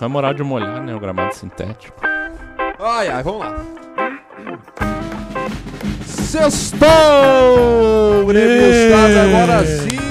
é moral de molhar, né? O gramado sintético. Ai, vamos lá. Sextou! Gremistado agora sim!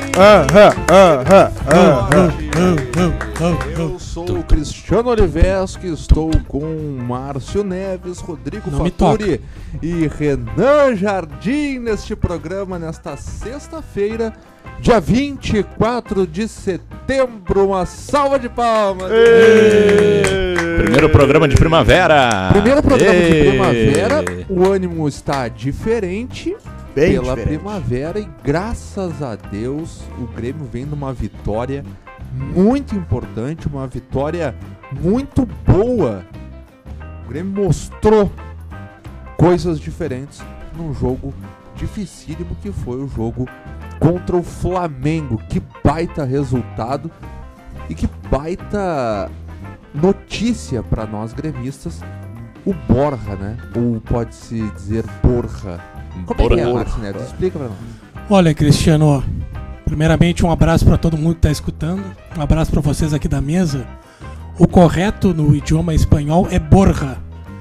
Eu sou o Cristiano Oliveschi, estou com Márcio Neves, Rodrigo Faturi e Renan Jardim neste programa, nesta sexta-feira, dia 24 de setembro. Uma salva de palmas! Primeiro programa de primavera! Primeiro programa de primavera, o ânimo está diferente. Bem pela diferente. primavera e graças a Deus o Grêmio vem numa vitória muito importante, uma vitória muito boa. O Grêmio mostrou coisas diferentes num jogo dificílimo que foi o jogo contra o Flamengo. Que baita resultado e que baita notícia para nós gremistas. O Borja, né? Ou pode-se dizer Borja. Como é que é, Márcio Neves? Explica pra nós. Olha, Cristiano, primeiramente um abraço para todo mundo que tá escutando. Um abraço para vocês aqui da mesa. O correto no idioma espanhol é Borja,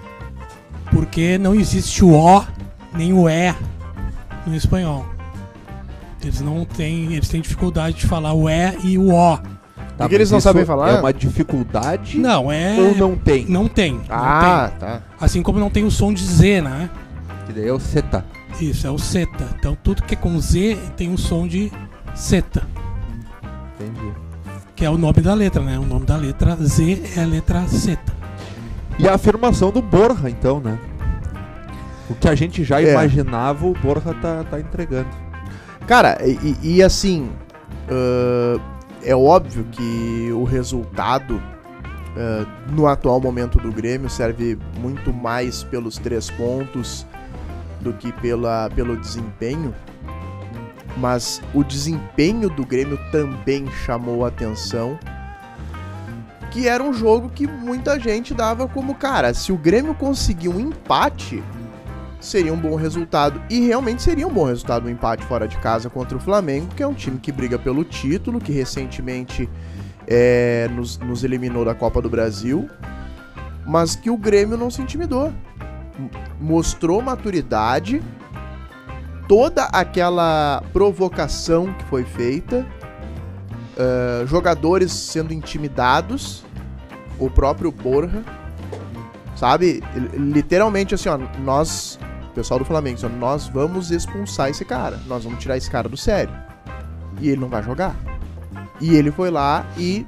porque não existe o O nem o E no espanhol. Eles têm dificuldade de falar o E e o O. Tá, que eles não sabem falar? É uma dificuldade? Não, é... Ou não tem? Não tem. Ah, não tem. tá. Assim como não tem o som de Z, né? Que daí é o Zeta. Isso, é o Zeta. Então tudo que é com Z tem um som de Zeta, Entendi. que é o nome da letra, né? O nome da letra Z é a letra Zeta. E a afirmação do Borja, então, né? O que a gente já imaginava, o Borja tá entregando. Cara, e assim, é óbvio que o resultado no atual momento do serve muito mais pelos 3 pontos do que pelo desempenho, mas o desempenho do Grêmio também chamou a atenção, que era um jogo que muita gente dava como, cara, se o Grêmio conseguir um empate, seria um bom resultado, e realmente seria um bom resultado um empate fora de casa contra o Flamengo, que é um time que briga pelo título, que recentemente nos eliminou da Copa do Brasil, mas que o Grêmio não se intimidou. Mostrou maturidade, toda aquela provocação que foi feita, jogadores sendo intimidados, o próprio Borja, sabe? Literalmente assim, ó, o pessoal do Flamengo, nós vamos expulsar esse cara, nós vamos tirar esse cara do sério, e ele não vai jogar. E ele foi lá e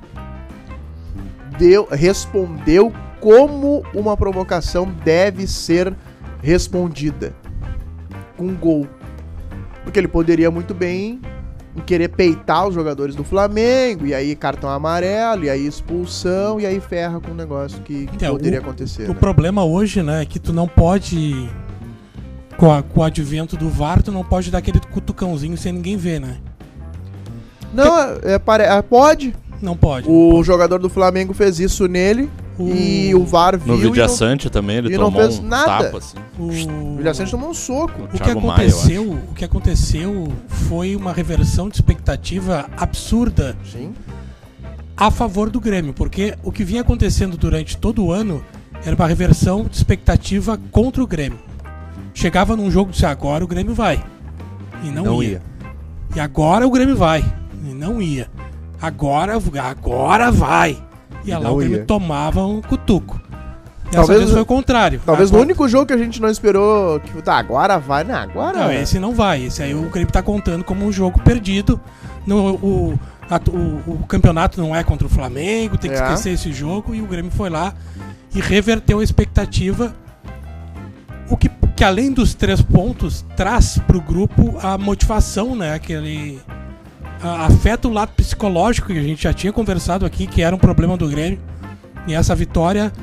respondeu como uma provocação deve ser respondida, com gol. Porque ele poderia muito bem querer peitar os jogadores do Flamengo, e aí cartão amarelo, e aí expulsão, e aí ferra com um negócio que poderia acontecer. O problema hoje, né, é que tu não pode, com o advento do VAR, tu não pode dar aquele cutucãozinho sem ninguém ver, né? Não, pode. Não pode. Jogador do Flamengo fez isso nele, e o VAR viu. No Vidiaçante também, ele tomou um tapa, assim. O Vidiaçante tomou um soco. O que aconteceu foi uma reversão de expectativa absurda. Sim. A favor do Grêmio, porque o que vinha acontecendo durante todo o ano era uma reversão de expectativa contra o Grêmio. Chegava num jogo e disse, agora o Grêmio vai. E não ia. E agora o Grêmio vai. E não ia. Agora vai. E lá o Grêmio tomava um cutuco. E dessa vez foi o contrário. Talvez no único jogo que a gente não esperou que agora vai, né? Agora. Não, esse não vai. Esse aí o Grêmio tá contando como um jogo perdido. O campeonato não é contra o Flamengo, tem que esquecer esse jogo. E o Grêmio foi lá e reverteu a expectativa. O que além dos 3 pontos, traz pro grupo a motivação, né? Afeta o lado psicológico, que a gente já tinha conversado aqui, que era um problema do Grêmio. E essa vitória,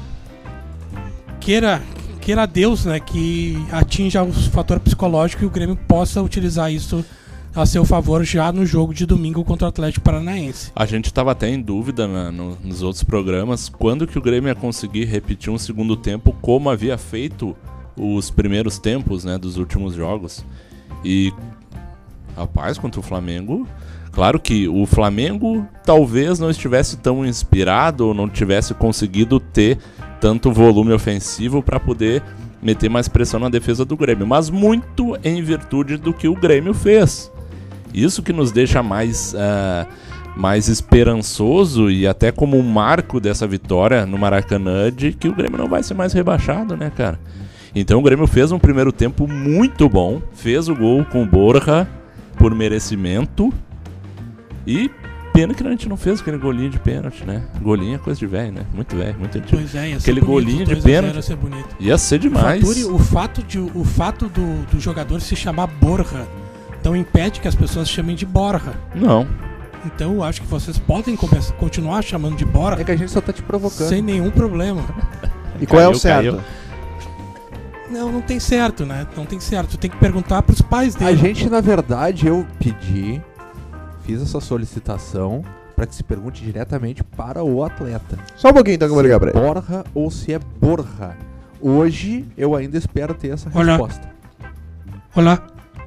queira Deus, né, que atinja o fator psicológico e o Grêmio possa utilizar isso a seu favor já no jogo de domingo contra o Atlético Paranaense. A gente estava até em dúvida nos outros programas quando que o Grêmio ia conseguir repetir um segundo tempo como havia feito os primeiros tempos, né, dos últimos jogos. E, rapaz, contra o Flamengo, Claro que o Flamengo talvez não estivesse tão inspirado ou não tivesse conseguido ter tanto volume ofensivo para poder meter mais pressão na defesa do Grêmio, mas muito em virtude do que o Grêmio fez. Isso que nos deixa mais esperançoso e até como um marco dessa vitória no Maracanã de que o Grêmio não vai ser mais rebaixado, né, cara? Então o Grêmio fez um primeiro tempo muito bom, fez o gol com o Borja por merecimento e pena que a gente não fez aquele golinho de pênalti, né? Golinho é coisa de velho, né? Muito velho, muito antigo. Pois é, ia ser aquele bonito, golinho de 2-0 pênalti ia ser bonito. ia ser demais. O fato do jogador se chamar Borja não impede que as pessoas chamem de Borja. Não. Então eu acho que vocês podem continuar chamando de Borja É que a gente só tá te provocando. sem nenhum problema. E qual é o Caiu, certo? caiu. Não tem certo, né? Não tem certo. Tem que perguntar pros pais dele. A gente, na verdade, eu fiz essa solicitação para que se pergunte diretamente para o atleta. Só um pouquinho então que eu vou ligar pra ele. Borja ou se é Borja. Hoje eu ainda espero ter essa Olá. resposta. Olá.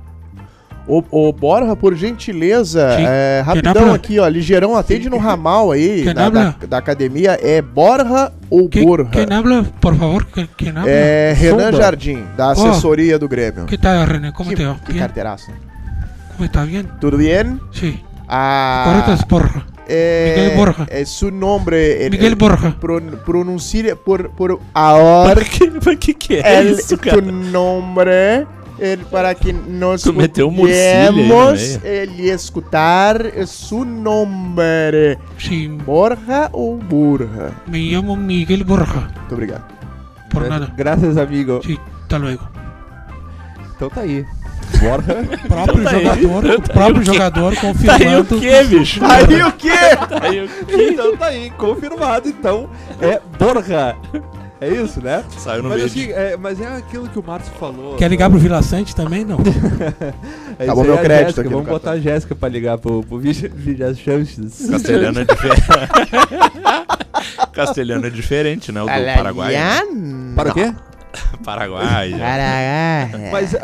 Ô Borja, por gentileza, Sim. rapidão Quem habla? aqui, ó, ligeirão, atende no ramal aí Quem da habla? academia, é Borja ou Borja? ¿Quién habla? Por favor, ¿quién habla? É Renan Sonda. Jardim, da assessoria do Grêmio. ¿Qué tal, René? ¿Cómo te va? Que ¿Bien? carteiraça. ¿Cómo está? ¿Bien? Tudo bem? Sí. Ah, Correcto, es Borja. Miguel Borja. Su nombre... Miguel Borja. Pronuncia por ahora Mas que é isso, tu cara? nombre... para que nós Tu meteu um Murcilha aí no podemos meio. escutar su nombre. Sí, Borja ou Borja? me llamo Miguel Borja. Muito obrigado. Por nada. Graças, amigo. Sí, hasta luego. Então tá aí. Borja. O próprio Tá aí. jogador, o Tá próprio aí o quê? jogador Tá aí o confirmando. quê, bicho? Aí o quê? Tá aí o quê? Então tá aí, confirmado. Então é Borja. É isso, né? Saiu no Mas vídeo. assim, mas é aquilo que o Márcio falou. Quer ligar pro Vila Sante também? Não. É Acabou isso aí, meu a crédito Jéssica. aqui no Vamos botar a Jéssica pra ligar pro Vídeo Chances. Castelhano é diferente. Castelhano é diferente, né? O do Paraguai. Para o quê? Paraguai. Mas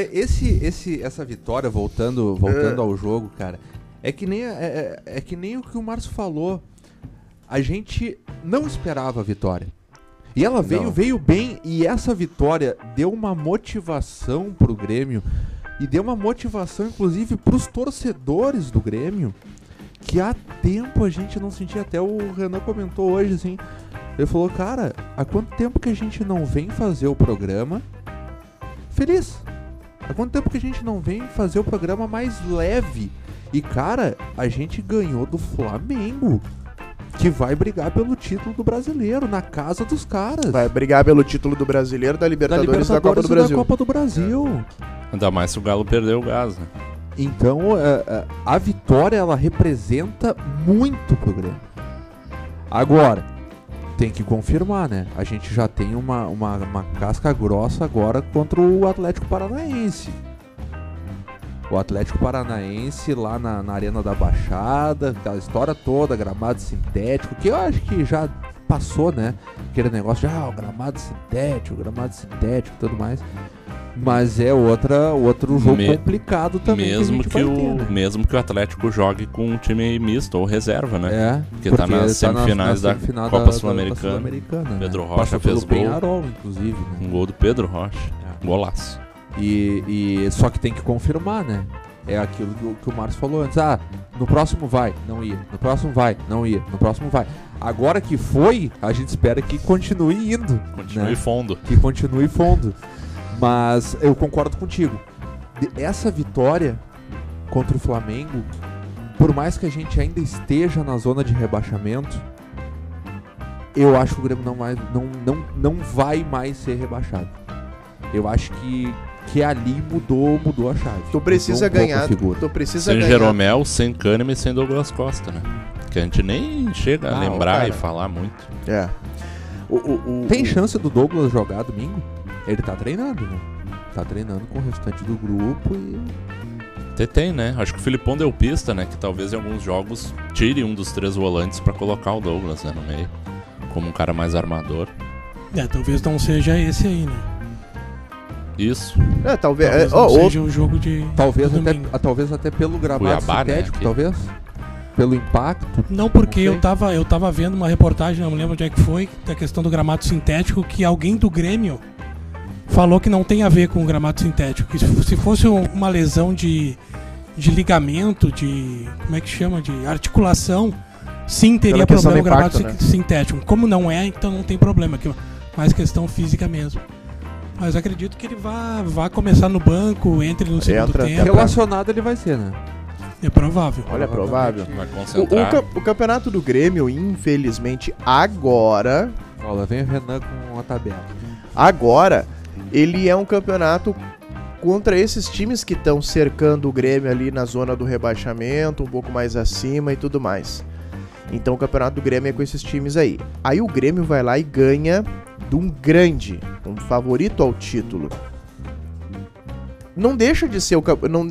essa vitória, voltando ao jogo, cara, é que nem o que o Márcio falou. A gente não esperava a vitória. E ela veio bem, e essa vitória deu uma motivação pro Grêmio, e deu uma motivação, inclusive, pros torcedores do Grêmio, que há tempo a gente não sentia. Até o Renan comentou hoje, assim, ele falou, cara, há quanto tempo que a gente não vem fazer o programa feliz? Há quanto tempo que a gente não vem fazer o programa mais leve? E, cara, a gente ganhou do Flamengo, que vai brigar pelo título do Brasileiro, na casa dos caras. Vai brigar pelo título do Brasileiro, da Libertadores, e da Copa do e Brasil. da Copa do Brasil. Ainda mais se o Galo perdeu o gás, né? Então, a vitória, ela representa muito pro Grêmio. Agora, tem que confirmar, né? A gente já tem uma casca grossa agora contra o Atlético Paranaense. O Atlético Paranaense lá na Arena da Baixada, aquela história toda, gramado sintético, que eu acho que já passou, né? Aquele negócio de, o gramado sintético e tudo mais. Mas é outro jogo complicado também. Mesmo que a gente vai ter, né? mesmo que o Atlético jogue com um time misto ou reserva, né? É, Porque tá nas semifinais da semifinal Copa da Sul-Americana. Sul-Americana, Pedro né? Rocha Passou fez pelo gol. Peñarol, inclusive, né? Um gol do Pedro Rocha. É. Golaço. E só que tem que confirmar, né? É aquilo que o Márcio falou antes. No próximo vai, não ia. No próximo vai, não ia. No próximo vai. Agora que foi, a gente espera que continue indo. Continue né? fundo. Que continue fundo. Mas eu concordo contigo. Essa vitória contra o Flamengo, por mais que a gente ainda esteja na zona de rebaixamento, eu acho que o Grêmio não vai mais ser rebaixado. Eu acho que ali mudou a chave. Tu precisa Mudou um pouco ganhar. a figura. Tu precisa Sem ganhar. Jeromel, sem Kahneman e sem Douglas Costa, né? Que a gente nem chega a lembrar cara. e falar muito. É. Tem chance do Douglas jogar domingo? Ele tá treinando, né? Tá treinando com o restante do grupo e... Até tem, né? Acho que o Filipão deu pista, né? Que talvez em alguns jogos tire um dos 3 volantes pra colocar o Douglas, né, no meio. Como um cara mais armador. Talvez não seja esse aí, né? Isso. Talvez. Talvez não seja um jogo de Talvez domingo. talvez até pelo gramado Cuiabá, né, sintético, aqui. talvez. Pelo impacto. Não, porque Não sei. eu tava vendo uma reportagem, não me lembro onde é que foi, da questão do gramado sintético, que alguém do Grêmio falou que não tem a ver com o gramado sintético. Que se fosse uma lesão de ligamento, de. Como é que chama? De articulação, sim teria Pela questão problema o do gramado impacto, né? sintético. Como não é, então não tem problema. Que é mais questão física mesmo. Mas eu acredito que ele vá começar no banco, entre no segundo Entra tempo. até Relacionado ele vai ser, né? É provável. Olha, provável. Vai concentrar. O campeonato do Grêmio, infelizmente, agora, Ó, lá vem o Renan com a tabela. ele é um campeonato contra esses times que estão cercando o Grêmio ali na zona do rebaixamento, um pouco mais acima e tudo mais. Então o campeonato do Grêmio é com esses times aí. Aí o Grêmio vai lá e ganha de um grande, um favorito ao título. Não deixa de ser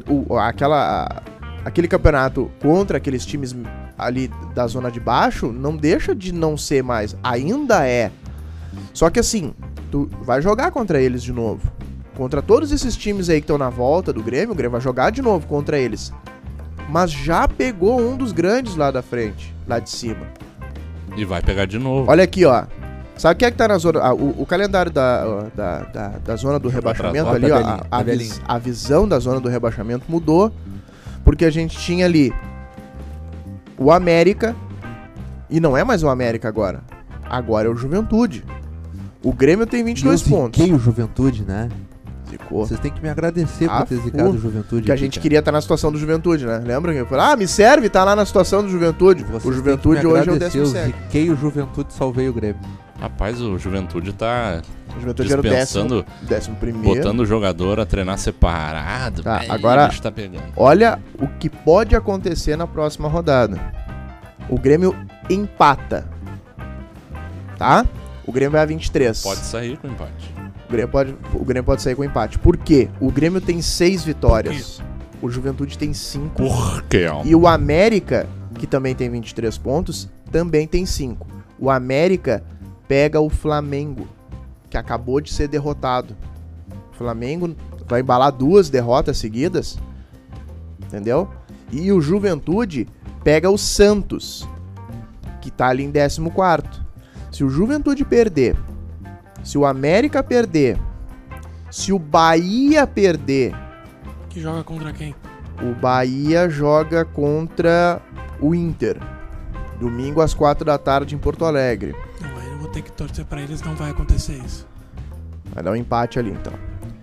aquele campeonato contra aqueles times ali da zona de baixo, não deixa de não ser mais. Ainda é. Só que assim, tu vai jogar contra eles de novo. Contra todos esses times aí que estão na volta do Grêmio, o Grêmio vai jogar de novo contra eles. Mas já pegou um dos grandes lá da frente, lá de cima. E vai pegar de novo. Olha aqui, ó. Sabe quem é que tá na zona... o calendário da zona do rebaixamento atrás, ali, ó, ó. tabelinha, tabelinha. A visão da zona do rebaixamento mudou. Porque a gente tinha ali o América. E não é mais o América agora. Agora é o Juventude. O Grêmio tem 22 pontos. E o Juventude, né? Zicou. Vocês têm que me agradecer por ter fu. zicado o Juventude. Que a aqui, gente cara. queria estar na situação do Juventude, né? Lembra que eu falei, me serve, tá lá na situação do Juventude. Vocês O Juventude têm que me hoje é o agradecer, eu 17º. ziquei o Juventude, salvei o Grêmio. Rapaz, o Juventude tá O Juventude era o dispensando, 11º. botando o jogador a treinar separado. Tá, Aí agora- o bicho tá pegando. Olha o que pode acontecer na próxima rodada. O Grêmio empata. Tá? O Grêmio vai a 23. Pode sair com empate. O Grêmio pode sair com empate. Por quê? O Grêmio tem 6 vitórias. O Juventude tem 5. Por quê? E o América, que também tem 23 pontos, também tem 5. O América pega o Flamengo, que acabou de ser derrotado. O Flamengo vai embalar 2 derrotas seguidas. Entendeu? E o Juventude pega o Santos, que tá ali em 14º. Se o Juventude perder, se o América perder, se o Bahia perder, Que joga contra quem? o Bahia joga contra o Inter. Domingo às 4 da tarde em Porto Alegre. Não, aí eu vou ter que torcer pra eles, não vai acontecer isso. Vai dar um empate ali, então.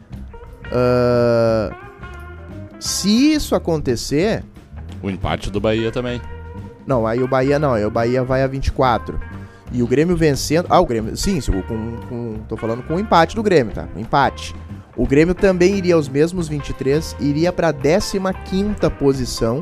Se isso acontecer... O empate do Bahia também. Não, aí o Bahia não. Aí o Bahia vai a 24. E o Grêmio vencendo... o Grêmio... Sim, tô falando com o empate do Grêmio, tá? Empate. O Grêmio também iria aos mesmos 23. Iria pra 15ª posição.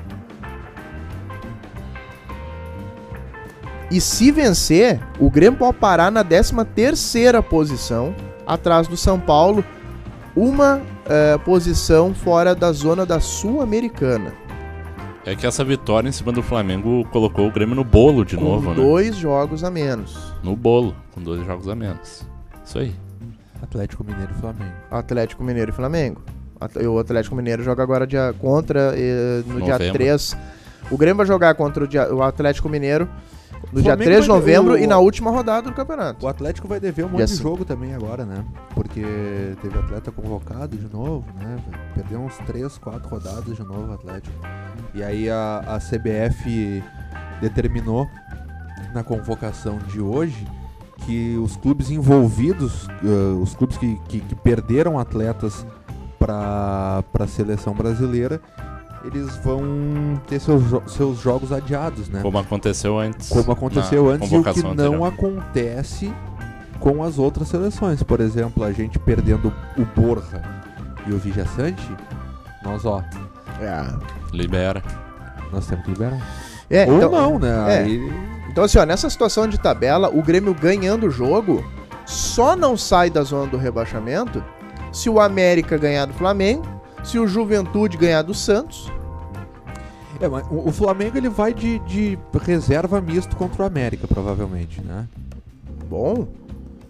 E se vencer, o Grêmio pode parar na 13ª posição, atrás do São Paulo, uma posição fora da zona da Sul-Americana. É que essa vitória em cima do Flamengo colocou o Grêmio no bolo de novo, Com né? 2 jogos a menos. No bolo, com 2 jogos a menos. Isso aí. Atlético Mineiro e Flamengo. Atlético Mineiro e Flamengo. O Atlético Mineiro joga agora no dia Novembro. 3. O Grêmio vai jogar contra o Atlético Mineiro no dia Flamengo 3 de vai- novembro o- e na última rodada do campeonato. O Atlético vai dever um monte E de assim- jogo também agora, né? Porque teve atleta convocado de novo, né? Perdeu uns 3, 4 rodadas de novo o Atlético. E aí a CBF determinou na convocação de hoje que os clubes envolvidos, os clubes que perderam atletas para a seleção brasileira, eles vão ter seus jogos adiados, né? Como aconteceu antes. Como aconteceu na antes e o que convocação não anterior. acontece com as outras seleções. Por exemplo, a gente perdendo o Borja e o Vijaçante, nós Libera. nós temos que liberar. Ou Ou não, né? é. Aí, Então, assim, nessa situação de tabela, o Grêmio ganhando o jogo só não sai da zona do rebaixamento se o América ganhar do Flamengo, se o Juventude ganhar do Santos. mas o Flamengo ele vai de reserva misto contra o América, provavelmente, né? Bom,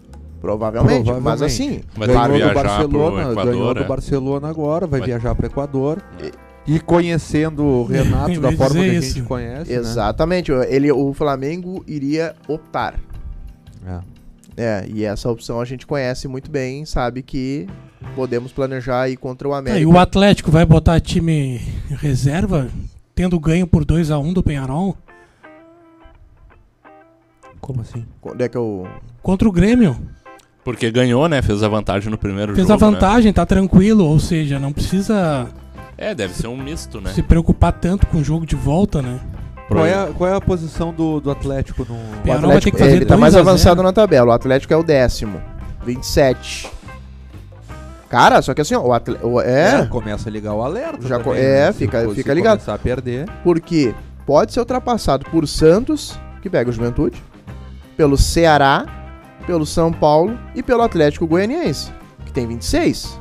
Provavelmente. Mas assim, Vai ter que ganhou do viajar Barcelona, pro Equador, ganhou do é. Barcelona agora, vai Vai. viajar para Equador. E conhecendo o Renato Eu da ia forma que dizer a gente isso. conhece, exatamente. O Flamengo iria optar. né? É. E essa opção a gente conhece muito bem, sabe que podemos planejar ir contra o América. E o Atlético vai botar time reserva, tendo ganho por 2-1 do Peñarol, Como assim? Quando é que eu... contra o Grêmio. Porque ganhou, né? Fez a vantagem no primeiro Fez jogo. a vantagem, tá tranquilo, ou seja, não precisa Né? É, deve ser um misto, né? se preocupar tanto com o jogo de volta, né? Qual é a posição do Atlético no... O Peñarol vai ter Atlético que fazer ele tá 2 mais a 0. avançado na tabela. O Atlético é o 10º, 27. Cara, só que assim, ó, começa a ligar o alerta Já também, é, né? fica Se ligado. começar a perder... porque pode ser ultrapassado por Santos, que pega o Juventude, pelo Ceará, pelo São Paulo e pelo Atlético Goianiense, que tem 26.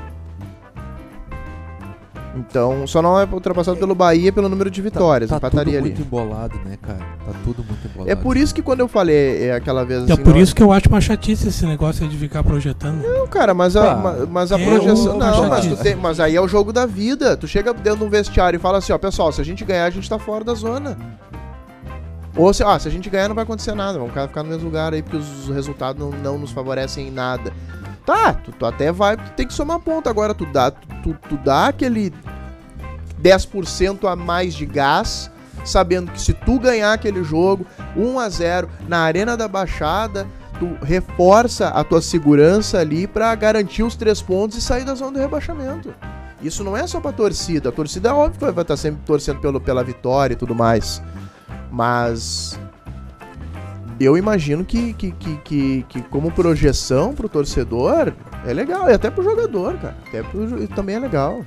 Então, só não é ultrapassado pelo Bahia pelo número de vitórias, Tá tudo empataria ali. muito embolado, né, cara? Tá tudo muito embolado. É por isso que quando eu falei aquela vez É assim... por não- isso que eu acho uma chatice esse negócio aí de ficar projetando. Não, cara, mas a É projeção... uma Não, chatice. mas aí é o jogo da vida. Tu chega dentro de um vestiário e fala assim, ó, pessoal, se a gente ganhar, a gente tá fora da zona. Ou se a gente ganhar, não vai acontecer nada. Vamos ficar no mesmo lugar aí, porque os resultados não nos favorecem em nada. Tá, tu até vai, tu tem que somar ponto. Agora tu dá aquele 10% a mais de gás, sabendo que se tu ganhar aquele jogo 1-0 na Arena da Baixada, tu reforça a tua segurança ali pra garantir os 3 pontos e sair da zona do rebaixamento. Isso não é só pra torcida. A torcida é óbvio que vai estar sempre torcendo pela vitória e tudo mais. Mas eu imagino que como projeção pro torcedor é legal. E até pro jogador, cara. Também é legal.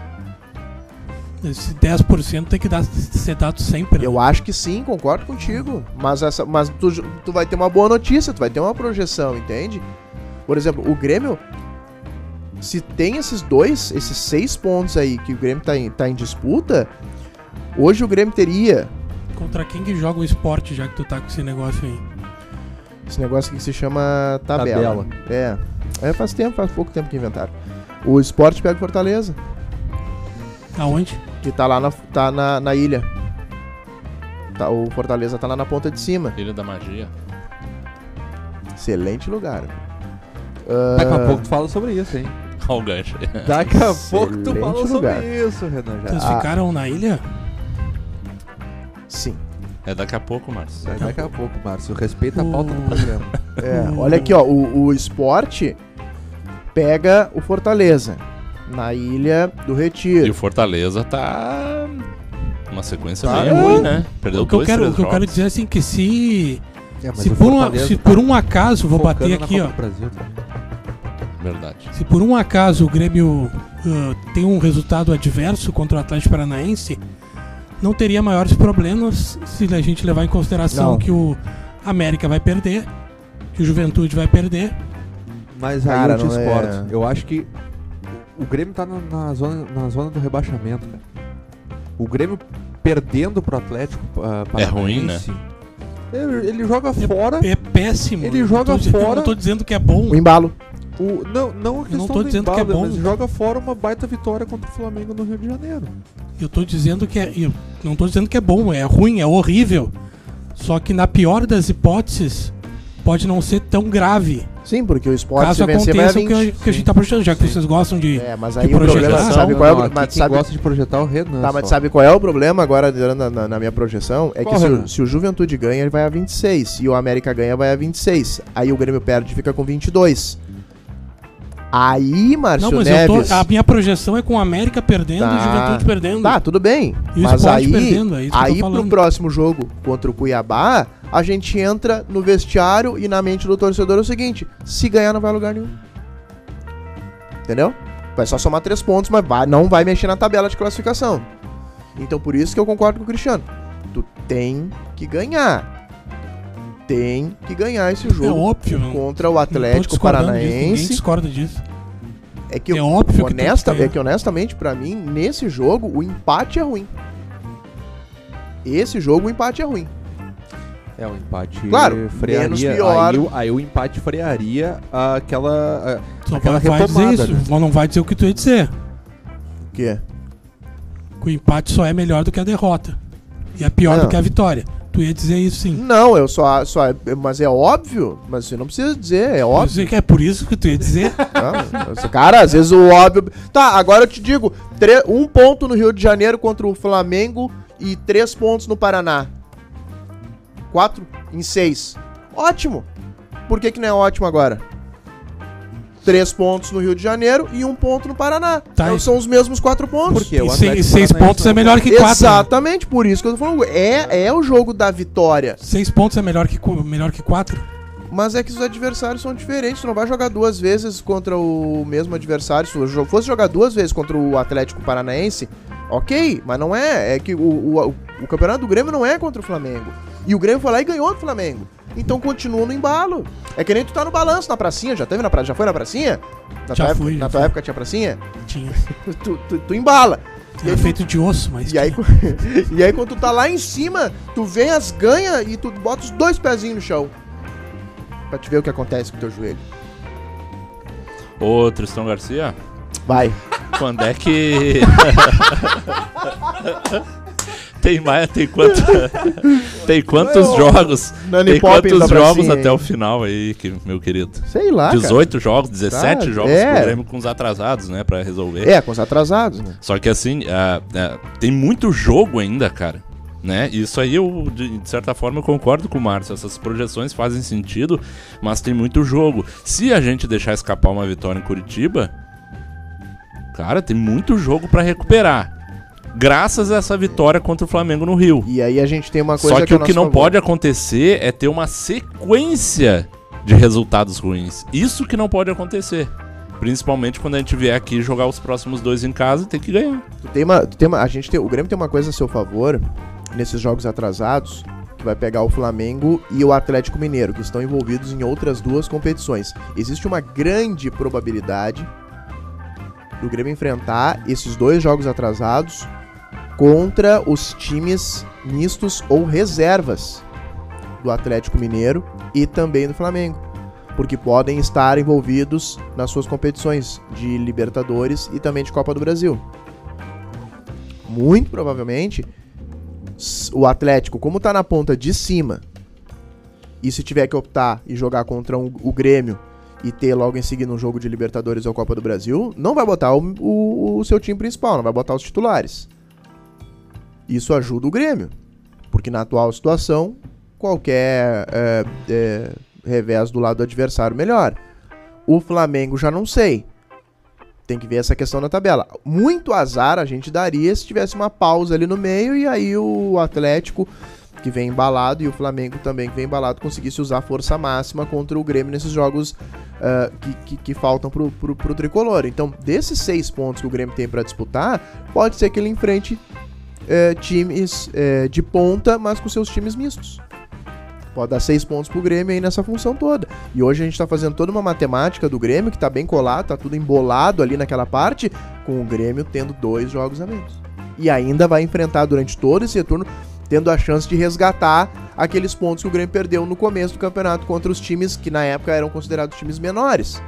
Esse 10% tem que ser dado sempre. Eu acho que sim, concordo contigo. Mas tu vai ter uma boa notícia, tu vai ter uma projeção, entende? Por exemplo, o Grêmio, se tem esses 6 pontos aí que o Grêmio tá em disputa, hoje o Grêmio teria Contra quem que joga o esporte, já que tu tá com esse negócio aí? esse negócio que se chama tabela. Faz pouco tempo que inventaram. O Sport pega o Fortaleza, Aonde? que tá lá na ilha. O Fortaleza tá lá na ponta de cima. Ilha da Magia. Excelente lugar. Daqui a pouco tu fala sobre isso, hein? Olha o gancho. Daqui a pouco tu Excelente fala lugar. sobre isso, Renan. Vocês Já. ficaram na ilha? Sim. É daqui a pouco, Márcio. Daqui a pouco, Márcio. Respeita a pauta do programa. Olha aqui, ó. O Sport pega o Fortaleza na Ilha do E Retiro. o Fortaleza tá uma sequência Tá. meio ruim, né? Perdeu O que eu 2, quero 3 jogos. dizer assim que se Mas se o por, Fortaleza se tá por um acaso, vou focando bater na aqui, Copa ó. do Brasil, tá? Verdade. Se por um acaso o Grêmio tem um resultado adverso contra o Atlético Paranaense, não teria maiores problemas se a gente levar em consideração Não. que o América vai perder, que o Juventude vai perder. Mas aí Cara, eu não é- discordo. Eu acho que o Grêmio tá na zona do rebaixamento, cara. O Grêmio perdendo pro Atlético É ruim, né? Paranaense, ele joga fora. É péssimo. Ele Eu joga tô dizendo- fora- Eu não tô dizendo que é bom. O embalo. Não a questão tô do dizendo que é embalo, bom. mas joga fora uma baita vitória contra o Flamengo no Rio de Janeiro. Eu tô dizendo que é. Eu não tô dizendo que é bom, é ruim, é horrível. Só que na pior das hipóteses, pode não ser tão grave. Sim, porque o Sport Caso se vencer vai a aconteça o 20. que a gente tá projetando, já que vocês gostam de. Mas de aí o problema, projetar. sabe qual é o aqui mas quem sabe, gosta de projetar é o Renan. tá, mas só. sabe qual é o problema agora na minha projeção? É Qual, que Renan? se o Juventude ganha, ele vai a 26. E o América ganha, vai a 26. Aí o Grêmio perde e fica com 22. Aí, Márcio Não, mas Neves... a minha projeção é com o América perdendo Tá. e o Juventude perdendo. Tá, tudo bem. E o Mas Sport aí, perdendo, é isso que eu tô aí pro falando. próximo jogo contra o Cuiabá, a gente entra no vestiário e na mente do torcedor é o seguinte: se ganhar, não vai a lugar nenhum. Entendeu? Vai só somar 3 pontos, mas não vai mexer na tabela de classificação. Então por isso que eu concordo com o Cristiano. Tu tem que ganhar. Tem que ganhar esse jogo É óbvio, não. contra o Não tô Atlético discordando disso, ninguém Paranaense. discorda disso. É que É óbvio que tem que ganhar. honestamente, pra mim, nesse jogo, o empate é ruim. Esse jogo, o empate é ruim. O empate Claro, frearia. menos pior. Aí o empate frearia aquela Só aquela vai retomada. dizer isso, não vai dizer o que tu ia dizer. O quê? Que o empate só é melhor do que a derrota. E é pior Não. do que a vitória. Tu ia dizer isso sim. Não, eu só. Mas é óbvio. Mas você não precisa dizer, é Eu óbvio. sei que é por isso que tu ia dizer. Não, cara, às vezes o óbvio. Tá, agora eu te digo: 1 ponto no Rio de Janeiro contra o Flamengo e 3 pontos no Paraná. 4 em 6. Ótimo. Por que não é ótimo agora? 3 pontos no Rio de Janeiro e 1 ponto no Paraná. Tá, Então são os mesmos 4 pontos. Porque o E Atlético 6 Paranaense pontos é não- melhor que 4. Exatamente, por isso que eu tô falando. É o jogo da vitória. 6 pontos é melhor que 4. Mas é que os adversários são diferentes. Tu não vai jogar 2 vezes contra o mesmo adversário. Se tu fosse jogar 2 vezes contra o Atlético Paranaense, ok, mas não é. É que o campeonato do Grêmio não é contra o Flamengo. E o Grêmio foi lá e ganhou do Flamengo. Então continua no embalo. É que nem tu tá no balanço na pracinha. Já foi na pracinha? Já fui, Na já tua fui. época tinha pracinha? Tinha. Tu embala. Era feito de osso, mas. E aí, e aí quando tu tá lá em cima, tu vem as ganha e tu bota os 2 pezinhos no chão. Pra te ver o que acontece com o teu joelho. Ô, Tristão Garcia, Vai. quando é que... Tem quantos jogos? Nani Tem Poppins quantos da jogos pracinha, até hein? o final aí, meu querido? Sei lá, 18 jogos, 17 Tá, jogos é. pro Grêmio com os atrasados, né, pra resolver. cara. É, com os atrasados, né? Só que assim, tem muito jogo ainda, cara. Né? Isso aí eu, de certa forma, eu concordo com o Márcio. Essas projeções fazem sentido, mas tem muito jogo. Se a gente deixar escapar uma vitória em Curitiba, cara, tem muito jogo pra recuperar. Graças a essa vitória contra o Flamengo no Rio. E aí a gente tem uma coisa Só que é o que não pode acontecer é ter uma sequência de resultados ruins. Isso que não pode acontecer. Principalmente quando a gente vier aqui jogar os próximos 2 em casa e tem que ganhar. O Grêmio tem uma coisa a seu favor nesses jogos atrasados, que vai pegar o Flamengo e o Atlético Mineiro, que estão envolvidos em outras 2 competições. Existe uma grande probabilidade do Grêmio enfrentar esses 2 jogos atrasados contra os times mistos ou reservas do Atlético Mineiro e também do Flamengo, porque podem estar envolvidos nas suas competições de Libertadores e também de Copa do Brasil. Muito provavelmente o Atlético, como tá na ponta de cima, e se tiver que optar e jogar contra o Grêmio e ter logo em seguida um jogo de Libertadores ou Copa do Brasil, não vai botar o seu time principal, não vai botar os titulares. Isso ajuda o Grêmio, porque na atual situação, qualquer revés do lado do adversário melhor. O Flamengo já não sei. Tem que ver essa questão na tabela. Muito azar a gente daria se tivesse uma pausa ali no meio e aí o Atlético, que vem embalado, e o Flamengo também, que vem embalado, conseguisse usar força máxima contra o Grêmio nesses jogos que faltam pro Tricolor. Então, desses 6 pontos que o Grêmio tem pra disputar, pode ser que ele enfrente times de ponta, mas com seus times mistos. Pode dar 6 pontos pro Grêmio aí nessa função toda. E hoje a gente tá fazendo toda uma matemática do Grêmio, que tá bem colado, tá tudo embolado ali naquela parte, com o Grêmio tendo 2 jogos a menos. E ainda vai enfrentar durante todo esse retorno, tendo a chance de resgatar aqueles pontos que o Grêmio perdeu no começo do campeonato contra os times que na época eram considerados times menores.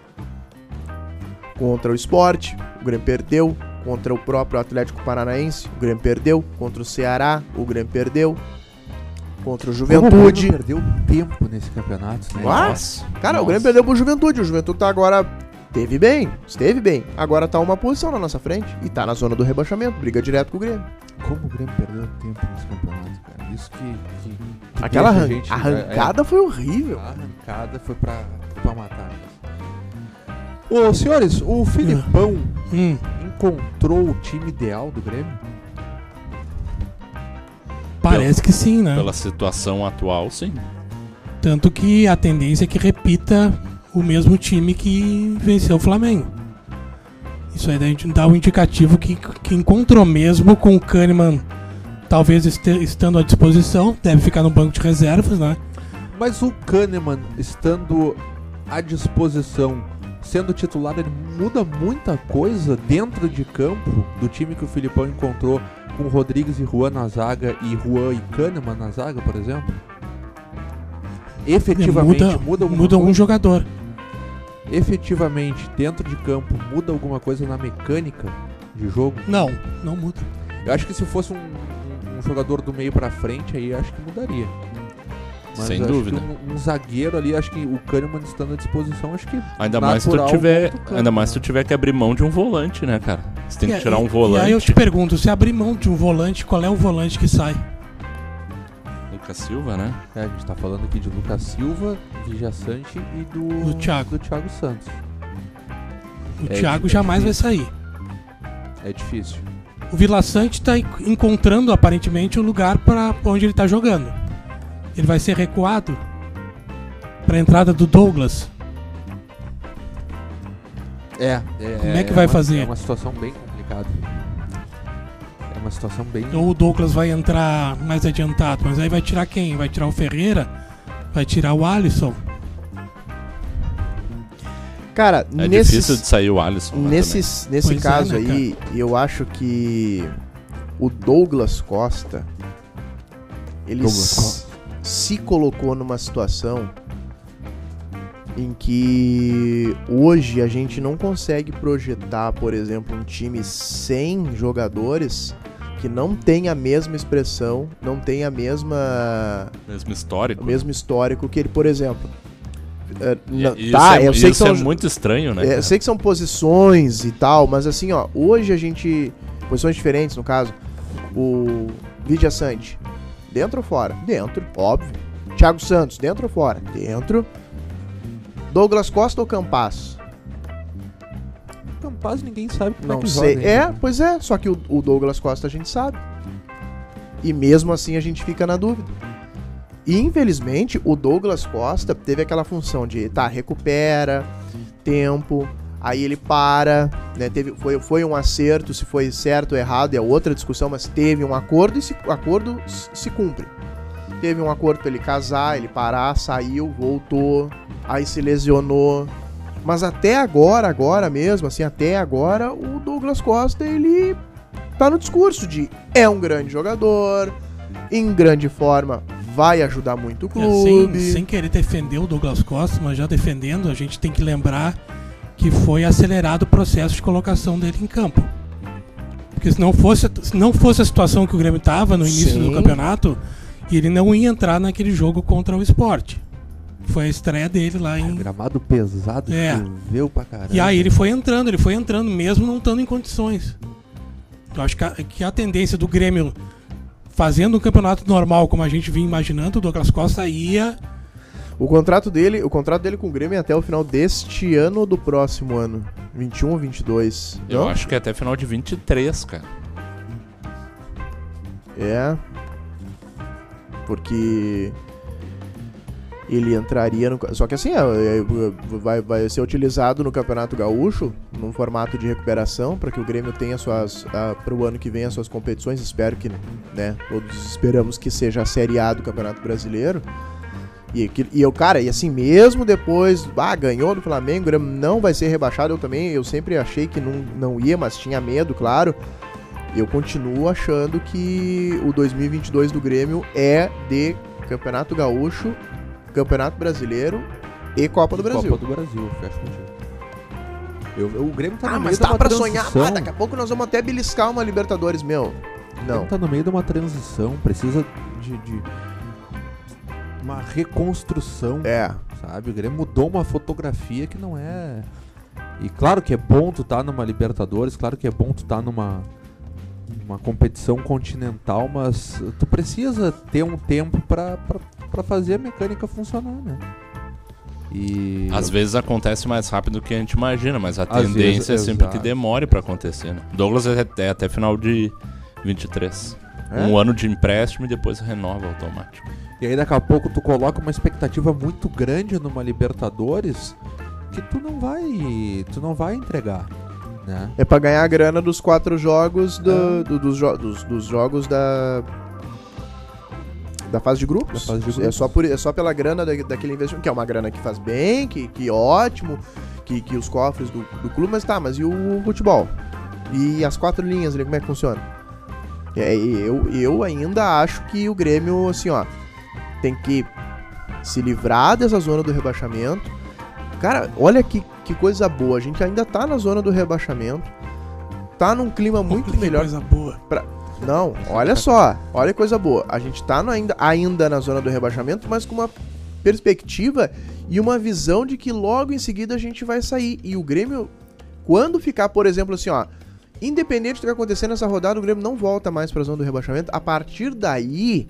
Contra o Sport, o Grêmio perdeu. Contra o próprio Atlético Paranaense, o Grêmio perdeu. Contra o Ceará, o Grêmio perdeu. Contra o Juventude. O Grêmio perdeu tempo nesse campeonato, né? Nossa. Cara, o Grêmio perdeu pro Juventude. O Juventude tá agora... Esteve bem. Agora tá uma posição na nossa frente. E tá na zona do rebaixamento. Briga direto com o Grêmio. Como o Grêmio perdeu tempo nesse campeonato, cara? Isso que Aquela deixa a gente- arrancada foi horrível. A arrancada foi pra matar. Ô, senhores, o Filipão encontrou o time ideal do Grêmio? Parece que sim, né? Pela situação atual, sim. Tanto que a tendência é que repita o mesmo time que venceu o Flamengo. Isso aí dá um indicativo que encontrou mesmo, com o Kahneman talvez estando à disposição. Deve ficar no banco de reservas, né? Mas o Kahneman, estando à disposição, sendo titular, ele muda muita coisa dentro de campo do time que o Filipão encontrou, com Rodrigues e Juan na zaga e Juan e Kahneman na zaga, por exemplo? efetivamente muda alguma muda um coisa? jogador. Efetivamente, dentro de campo, muda alguma coisa na mecânica de jogo? Não muda. Eu acho que se fosse um jogador do meio pra frente, aí acho que mudaria. Mas Sem eu acho dúvida. que um zagueiro ali, acho que o Kahneman estando à disposição, acho que Ainda mais se tu natural tiver, volta o Kahneman, ainda mais se tu né? tiver que abrir mão de um volante, né, cara? Você tem que tirar um E aí eu volante. te pergunto, se abrir mão de um volante, qual é o volante que sai? Lucas Silva, né? A gente tá falando aqui de Lucas Silva, Vijaçante e Do Thiago. do Thiago Santos. O É Thiago di- jamais é vai sair. É difícil. O Vila Sante tá encontrando aparentemente o lugar para onde ele tá jogando. Ele vai ser recuado para a entrada do Douglas. Como é que vai fazer? É uma situação bem complicada. É uma situação bem... Ou o Douglas vai entrar mais adiantado, mas aí vai tirar quem? Vai tirar o Ferreira? Vai tirar o Alisson? Cara, É difícil de sair o Alisson. lá nesse Pois é, caso né, aí, eu acho que o Douglas Costa, ele Douglas Costa. se colocou numa situação em que hoje a gente não consegue projetar, por exemplo, um time sem jogadores que não tem a mesma expressão, não tem a mesmo histórico. o mesmo histórico que ele, por exemplo. Eu sei que é muito estranho, né? Eu cara? sei que são posições e tal, mas assim, ó, hoje a gente. Posições diferentes, no caso. O Vidia Sante, dentro ou fora? Dentro, óbvio. Thiago Santos, dentro ou fora? Dentro. Douglas Costa ou Campas? Campaz ninguém sabe como é Não que sei. joga, hein? Pois é, só que o Douglas Costa a gente sabe. E mesmo assim a gente fica na dúvida. E infelizmente o Douglas Costa teve aquela função de, recupera, tempo, aí ele para, né? Foi um acerto, se foi certo ou errado é outra discussão, mas teve um acordo e o acordo se cumpre. Teve um acordo pra ele casar, ele parar, saiu, voltou, aí se lesionou. Mas até agora mesmo, assim, até agora, o Douglas Costa, ele tá no discurso de é um grande jogador, em grande forma, vai ajudar muito o clube. Sem querer defender o Douglas Costa, mas já defendendo, a gente tem que lembrar que foi acelerado o processo de colocação dele em campo. Porque se não fosse a situação que o Grêmio estava no início Sim. do campeonato, ele não ia entrar naquele jogo contra o Sport. Foi a estreia dele lá em... Gramado pesado, choveu pra caramba. E aí ele foi entrando mesmo não estando em condições. Eu acho que a tendência do Grêmio, fazendo um campeonato normal, como a gente vinha imaginando, o Douglas Costa ia... O contrato dele com o Grêmio é até o final deste ano ou do próximo ano? 21 ou 22? Eu Não? acho que é até final de 23, cara. É. Porque ele entraria no... Só que assim, vai ser utilizado no Campeonato Gaúcho, num formato de recuperação, para que o Grêmio tenha para o ano que vem as suas competições. Espero que, né, todos esperamos que seja a Série A do Campeonato Brasileiro. E assim, mesmo depois, ganhou do Flamengo, o Grêmio não vai ser rebaixado. Eu sempre achei que não ia, mas tinha medo, claro. Eu continuo achando que o 2022 do Grêmio é de Campeonato Gaúcho, Campeonato Brasileiro e Copa do Brasil. Copa do Brasil, fecha contigo. O Grêmio tá no meio Mas de dá uma pra transição. sonhar, daqui a pouco nós vamos até beliscar uma Libertadores, meu. O Não. Grêmio tá no meio de uma transição, precisa de uma reconstrução, sabe? O Grêmio mudou uma fotografia que não é... E claro que é bom tu tá numa Libertadores, claro que é bom tu tá numa competição continental, mas tu precisa ter um tempo pra fazer a mecânica funcionar, né? E Às vezes acontece mais rápido do que a gente imagina, mas a Às tendência vezes, é sempre exato. que demore pra acontecer, né? Douglas é até final de 23. É? Um ano de empréstimo e depois renova automático. E aí daqui a pouco tu coloca uma expectativa muito grande numa Libertadores que tu não vai entregar, né? É pra ganhar a grana dos 4 jogos dos jogos da fase de grupos. Da fase de grupos. É só pela grana daquele investimento, que é uma grana que faz bem, que ótimo, que os cofres do clube, mas e o futebol? E as 4 linhas ali, como é que funciona? Eu ainda acho que o Grêmio, assim, ó, tem que se livrar dessa zona do rebaixamento. Cara, olha que coisa boa. A gente ainda tá na zona do rebaixamento. Tá num clima muito Que melhor. coisa boa. Não, olha só. Olha que coisa boa. A gente tá ainda na zona do rebaixamento, mas com uma perspectiva e uma visão de que logo em seguida a gente vai sair. E o Grêmio, quando ficar, por exemplo, assim, ó, independente do que acontecer nessa rodada, o Grêmio não volta mais pra zona do rebaixamento. A partir daí,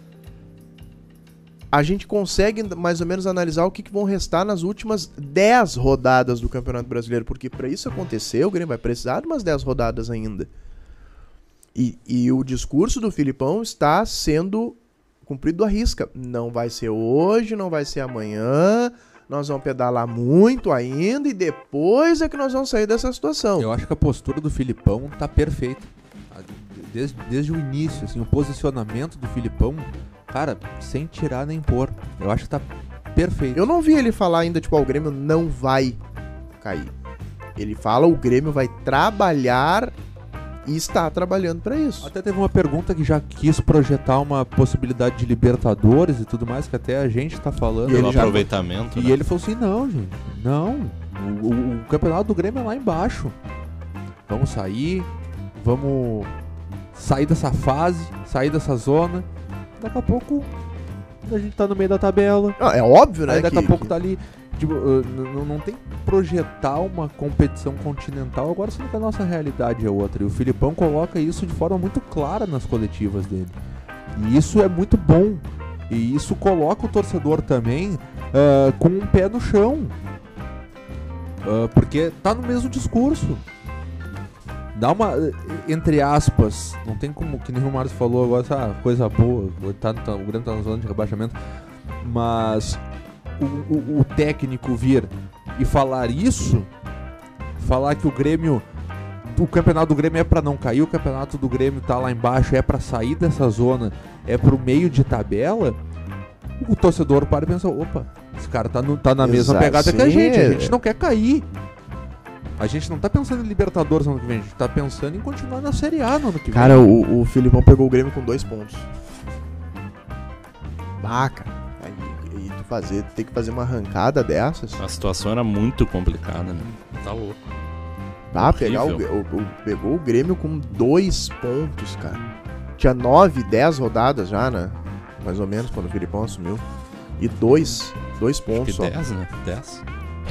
a gente consegue mais ou menos analisar o que vão restar nas últimas 10 rodadas do Campeonato Brasileiro, porque para isso acontecer, o Grêmio vai precisar de umas 10 rodadas ainda. E o discurso do Filipão está sendo cumprido à risca. Não vai ser hoje, não vai ser amanhã, nós vamos pedalar muito ainda e depois é que nós vamos sair dessa situação. Eu acho que a postura do Filipão tá perfeita. Desde o início, assim, o posicionamento do Filipão, cara, sem tirar nem pôr. Eu acho que tá perfeito. Eu não vi ele falar ainda, tipo, o Grêmio não vai cair. Ele fala, o Grêmio vai trabalhar e está trabalhando pra isso. Até teve uma pergunta que já quis projetar uma possibilidade de Libertadores e tudo mais, que até a gente tá falando. Pelo aproveitamento. E ele falou assim, não, gente, não. O campeonato do Grêmio é lá embaixo. Vamos sair, vamos sair dessa fase, sair dessa zona. Daqui a pouco a gente tá no meio da tabela. É óbvio, né? Aí daqui a pouco tá ali. Tipo, não tem que projetar uma competição continental agora, sendo que a nossa realidade é outra. E o Filipão coloca isso de forma muito clara nas coletivas dele. E isso é muito bom. E isso coloca o torcedor também com um pé no chão. Porque tá no mesmo discurso. Dá uma, entre aspas, não tem como, que nem o Márcio falou agora, essa coisa boa, o Grêmio tá na zona de rebaixamento, mas o técnico vir e falar isso, falar que o campeonato do Grêmio é pra não cair, o campeonato do Grêmio tá lá embaixo, é pra sair dessa zona, é pro meio de tabela, o torcedor para e pensa, opa, esse cara tá na mesma pegada que a gente não quer cair. A gente não tá pensando em Libertadores no ano que vem, a gente tá pensando em continuar na Série A no ano que vem. Cara, o Filipão pegou o Grêmio com 2 pontos. Cara. E tu tem que fazer uma arrancada dessas. A situação era muito complicada, né? Tá louco. Pegou o Grêmio com 2 pontos, cara. Tinha 9, 10 rodadas já, né? Mais ou menos, quando o Filipão assumiu. E 2 pontos só. 10, né? 10.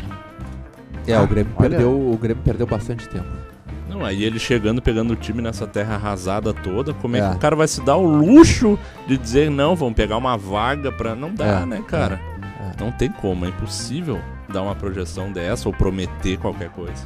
O Grêmio perdeu bastante tempo. Não, aí ele chegando, pegando o time nessa terra arrasada toda, como é que o cara vai se dar o luxo de dizer, não, vamos pegar uma vaga pra... Não dá, né, cara? Não tem como, é impossível dar uma projeção dessa ou prometer qualquer coisa.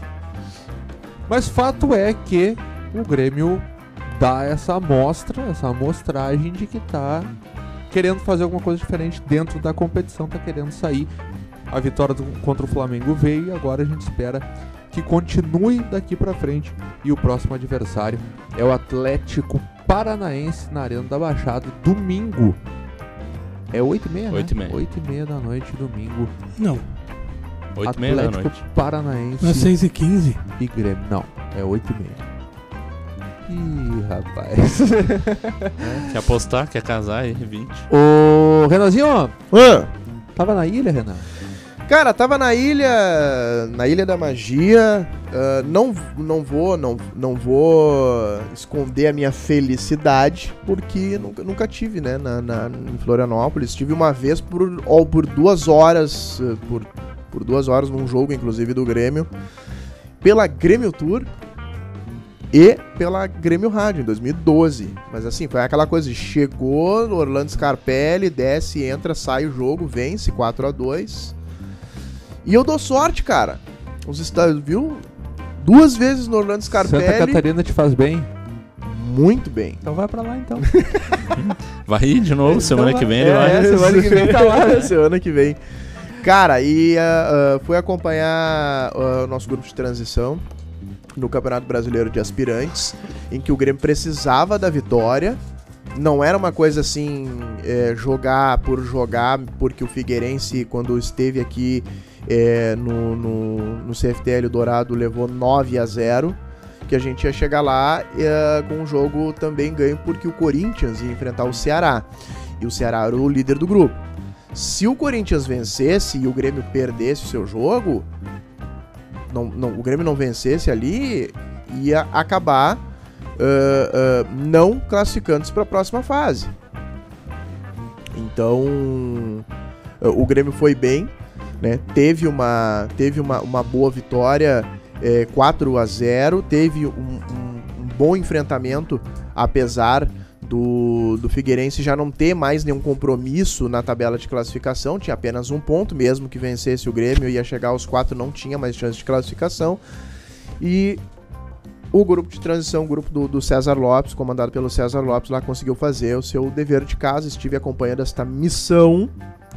Mas fato é que o Grêmio dá essa amostragem de que tá querendo fazer alguma coisa diferente dentro da competição, tá querendo sair. A vitória contra o Flamengo veio e agora a gente espera que continue daqui pra frente. E o próximo adversário é o Atlético Paranaense na Arena da Baixada, domingo. É 8h30, né? 8h30. 8h30 da noite, domingo. Não, 8h30 da Atlético noite. Paranaense não é 6h15. e Grêmio. Não, é 8h30. Ih, rapaz. Quer apostar? Quer casar aí? 20. Ô, Renanzinho, tava na ilha, Renan? Cara, tava na Ilha da Magia. Não vou esconder a minha felicidade, porque nunca tive, né, em Florianópolis. Tive uma vez por 2 horas, por 2 horas num jogo, inclusive, do Grêmio, pela Grêmio Tour e pela Grêmio Rádio, em 2012. Mas assim, foi aquela coisa, chegou no Orlando Scarpelli, desce, entra, sai o jogo, vence 4-2. E eu dou sorte, cara. Os estados, viu? 2 vezes no Orlando Scarpelli. Santa Catarina te faz bem? Muito bem. Então vai pra lá, então. Vai ir de novo, semana que vem ele vai. Semana que vem tá lá, né? Semana que vem. Cara, e fui acompanhar o nosso grupo de transição no Campeonato Brasileiro de Aspirantes, em que o Grêmio precisava da vitória. Não era uma coisa assim, jogar por jogar, porque o Figueirense, quando esteve aqui no CFTL Dourado, levou 9-0, que a gente ia chegar lá com um jogo também ganho, porque o Corinthians ia enfrentar o Ceará, e o Ceará era o líder do grupo. Se o Corinthians vencesse e o Grêmio perdesse o seu jogo, o Grêmio não vencesse ali, ia acabar não classificando-se para a próxima fase. Então, o Grêmio foi bem, né? Teve uma boa vitória, 4-0, teve um bom enfrentamento, apesar do Figueirense já não ter mais nenhum compromisso na tabela de classificação, tinha apenas um ponto, mesmo que vencesse o Grêmio, ia chegar aos 4, não tinha mais chance de classificação. E o grupo de transição, o grupo do César Lopes, comandado pelo César Lopes, lá conseguiu fazer o seu dever de casa, estive acompanhando esta missão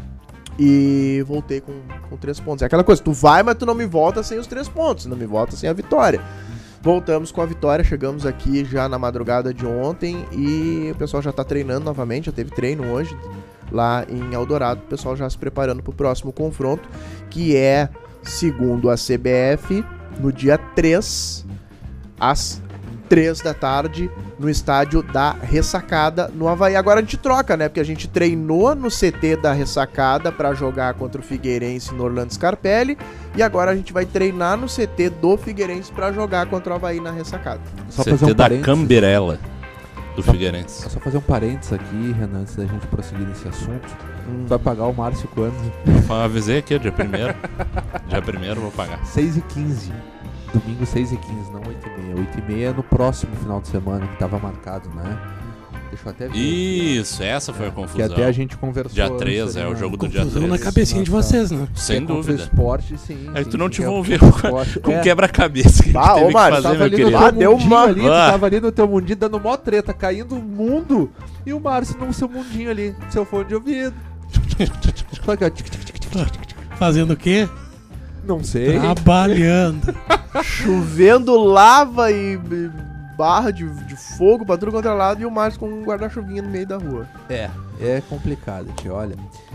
e voltei com 3 pontos. É aquela coisa, tu vai, mas tu não me volta sem os 3 pontos, não me volta sem a vitória. Voltamos com a vitória, chegamos aqui já na madrugada de ontem e o pessoal já tá treinando novamente, já teve treino hoje lá em Eldorado, o pessoal já se preparando pro próximo confronto, que é, segundo a CBF, no dia 3, às 3 da tarde, no estádio da Ressacada, no Avaí. Agora a gente troca, né? Porque a gente treinou no CT da Ressacada pra jogar contra o Figueirense no Orlando Scarpelli, e agora a gente vai treinar no CT do Figueirense pra jogar contra o Avaí na Ressacada. Só CT da Camberela do Figueirense. Só fazer um parênteses aqui, Renan, antes da gente prosseguir nesse assunto. Tu vai pagar o Márcio quando? Eu avisei aqui, dia 1º. Dia 1º eu vou pagar. 6h15. Domingo 6h15, não 8h30. 8h30 é no próximo final de semana que tava marcado, né? Deixa eu até ver. Isso, essa foi a confusão. Que até a gente conversou. Dia 3, o jogo do dia 3. Confusão na cabecinha de vocês, né? Sem dúvida. Esporte, sim. Aí tu não te envolveu com É. quebra-cabeça que a gente teve que Mário, fazer, Tava meu ali querido. no teu Deu mundinho uma- ali, tu tava ali no teu mundinho dando mó treta, caindo o mundo, e o Márcio no seu mundinho ali, seu fone de ouvido. Só que, ó, tic, tic, tic, tic, tic, tic. Fazendo o quê? Não sei. Trabalhando. Chovendo lava e barra de fogo pra tudo quanto é lado, e o Márcio com um guarda-chuvinha no meio da rua. É complicado, tio, olha.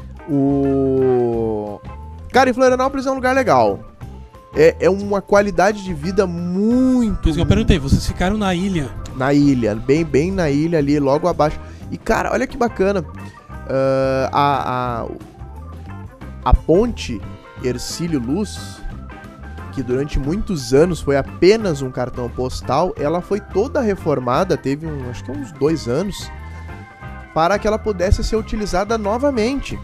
Cara, em Florianópolis é um lugar legal. É uma qualidade de vida muito... Por isso que eu perguntei, vocês ficaram na ilha? Na ilha, bem na ilha ali, logo abaixo. E, cara, olha que bacana. A ponte Hercílio Luz, que durante muitos anos foi apenas um cartão postal, ela foi toda reformada, teve acho que uns 2 anos, para que ela pudesse ser utilizada novamente.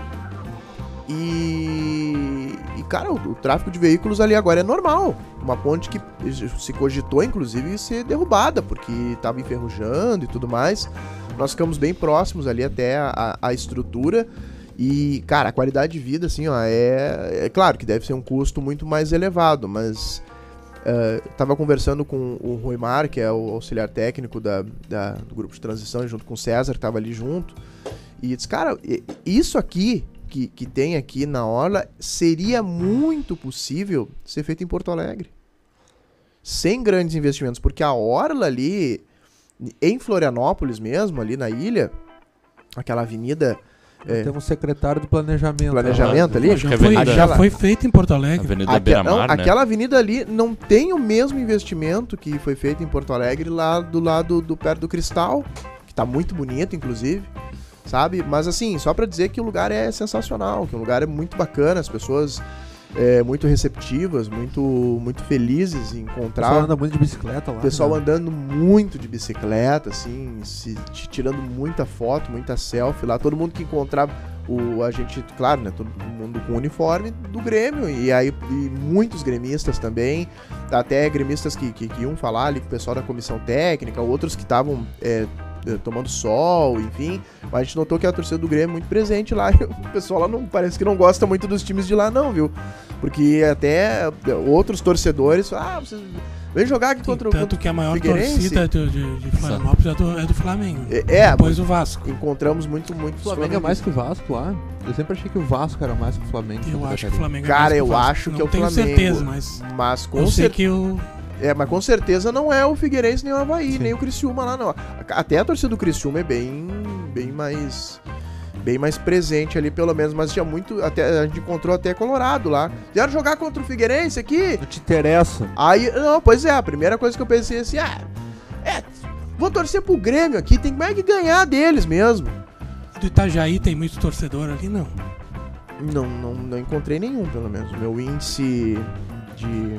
E cara, o tráfego de veículos ali agora é normal. Uma ponte que se cogitou, inclusive, ser derrubada, porque estava enferrujando e tudo mais. Nós ficamos bem próximos ali até a estrutura. E, cara, a qualidade de vida, assim, ó, é claro que deve ser um custo muito mais elevado, mas tava conversando com o Ruimar, que é o auxiliar técnico do grupo de transição, junto com o César, que tava ali junto, e disse, cara, isso aqui que tem aqui na Orla seria muito possível ser feito em Porto Alegre, sem grandes investimentos, porque a Orla ali, em Florianópolis mesmo, ali na ilha, aquela avenida... Temos secretário do planejamento. ali? Acho que é Já foi feito em Porto Alegre. Avenida Beira-Mar, né? Aquela avenida ali não tem o mesmo investimento que foi feito em Porto Alegre, lá do lado perto do Cristal, que tá muito bonito, inclusive, sabe? Mas assim, só pra dizer que o lugar é sensacional, que o lugar é muito bacana, as pessoas muito receptivas, muito felizes em O encontrar. pessoal anda muito de bicicleta lá. O pessoal né? andando muito de bicicleta, assim, tirando muita foto, muita selfie lá. Todo mundo que encontrava a gente, claro, né? Todo mundo com uniforme do Grêmio. E muitos gremistas também. Até gremistas que iam falar ali com o pessoal da comissão técnica, outros que estavam tomando sol, enfim. Mas a gente notou que a torcida do Grêmio é muito presente lá. E o pessoal lá parece que não gosta muito dos times de lá, não, viu? Porque até outros torcedores falam, vocês vem jogar aqui contra o Tanto que a maior Figueirense. torcida de Florianópolis é do Flamengo. É, Depois o Vasco. encontramos muito O Flamengo é mais que o Vasco lá. Eu sempre achei que o Vasco era mais que o Flamengo. Eu acho que o Flamengo é Cara, mais que o eu Vasco. acho que Não é o tenho Flamengo. certeza, mas com eu sei certeza. que o... Mas com certeza não é o Figueirense nem o Avaí, Sim. nem o Criciúma lá, não. Até a torcida do Criciúma é bem mais presente ali, pelo menos, mas tinha muito, até a gente encontrou até Colorado lá. Vieram jogar contra o Figueirense aqui? Não te interessa. Aí, não, pois é, a primeira coisa que eu pensei assim, vou torcer pro Grêmio aqui, tem mais que ganhar deles mesmo. do Itajaí tem muito torcedor ali, não. Não encontrei nenhum, pelo menos. O meu índice de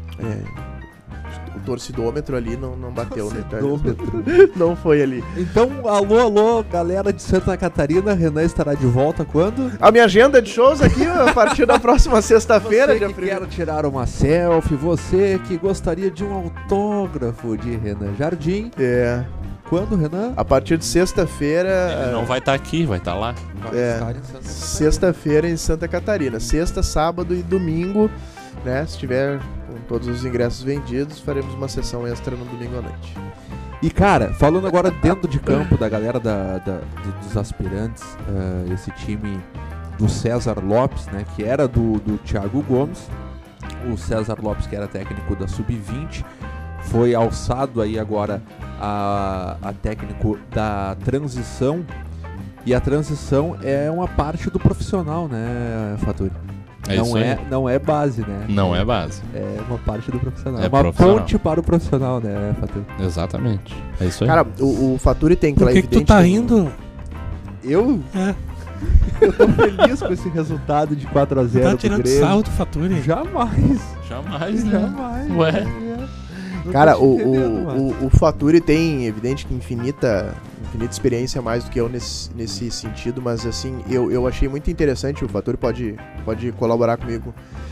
o torcidômetro ali não bateu, né? Não foi ali. Então, alô, galera de Santa Catarina, Renan estará de volta quando? A minha agenda de shows aqui, a partir da próxima sexta-feira, Você dia que primeiro. quer tirar uma selfie, você que gostaria de um autógrafo de Renan Jardim. Quando, Renan? A partir de sexta-feira. Ele não vai estar aqui, vai estar lá. Vai estar em Santa Sexta-feira em Santa Catarina. Sexta, sábado e domingo, né? Se tiver com todos os ingressos vendidos, faremos uma sessão extra no domingo à noite. E cara, falando agora dentro de campo da galera dos aspirantes, esse time do César Lopes, né, que era do Thiago Gomes, o César Lopes, que era técnico da Sub-20, foi alçado aí agora a técnico da transição, e a transição é uma parte do profissional, né, Faturi? Não é base, né? Não é base. É uma parte do profissional. É uma profissional. ponte para o profissional, né, Faturi? Exatamente. É isso aí. Cara, o Faturi tem Por que tu tá rindo? Eu tô feliz com esse resultado de 4-0 Tá do tirando Grêmio. sarro do Faturi? Jamais. Jamais, né? Jamais. Ué. Não Cara, tô te entendendo, mano. o Faturi tem, evidente, que infinita experiência mais do que eu nesse sentido, mas assim, eu achei muito interessante, o Faturi pode colaborar comigo.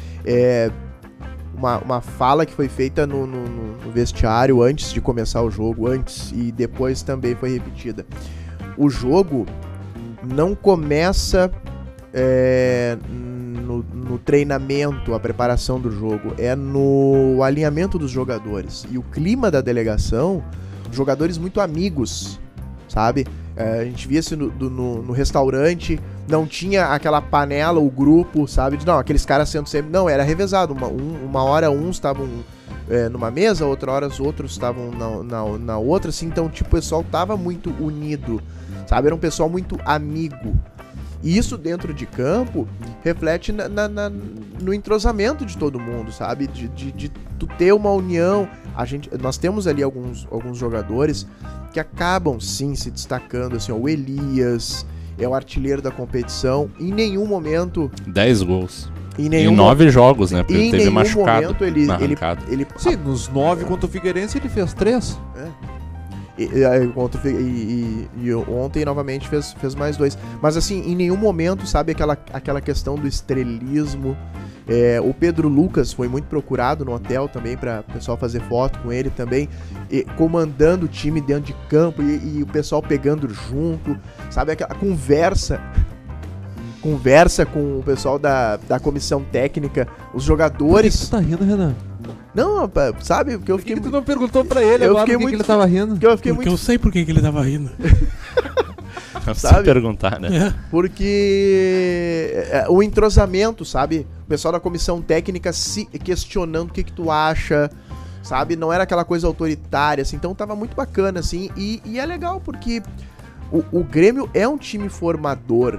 Uma fala que foi feita no vestiário antes de começar o jogo, antes e depois também foi repetida. O jogo não começa no treinamento, a preparação do jogo, é no alinhamento dos jogadores. E o clima da delegação, jogadores muito amigos, sabe? A gente via isso no restaurante, não tinha aquela panela, o grupo, sabe? Não, aqueles caras sendo sempre... Não, era revezado. Uma hora uns estavam numa mesa, outra hora os outros estavam na outra, assim. Então, tipo, o pessoal tava muito unido, sabe? Era um pessoal muito amigo. E isso dentro de campo reflete no entrosamento de todo mundo, sabe? De tu ter uma união. Nós temos ali alguns jogadores que acabam sim se destacando, assim, ó, o Elias é o artilheiro da competição. Em nenhum momento 10 gols. em 9 jogos, né? Porque em ele teve nenhum machucado momento ele na arrancada. Sim, nos 9 contra o Figueirense ele fez 3. E ontem novamente fez mais 2. Mas assim, em nenhum momento, sabe, aquela questão do estrelismo. O Pedro Lucas foi muito procurado no hotel também para o pessoal fazer foto com ele também, comandando o time dentro de campo e o pessoal pegando junto, sabe, aquela conversa com o pessoal da comissão técnica, os jogadores. Por que tu tá rindo, Renan? Não, sabe, porque eu fiquei... Por que tu não perguntou pra ele Eu agora fiquei por que muito- ele tava rindo? Porque eu fiquei Porque muito... eu sei por que ele tava rindo. Se sabe? perguntar, né? É. Porque o entrosamento, sabe? O pessoal da comissão técnica se questionando o que tu acha, sabe? Não era aquela coisa autoritária, assim. Então tava muito bacana, assim. E é legal porque o Grêmio é um time formador.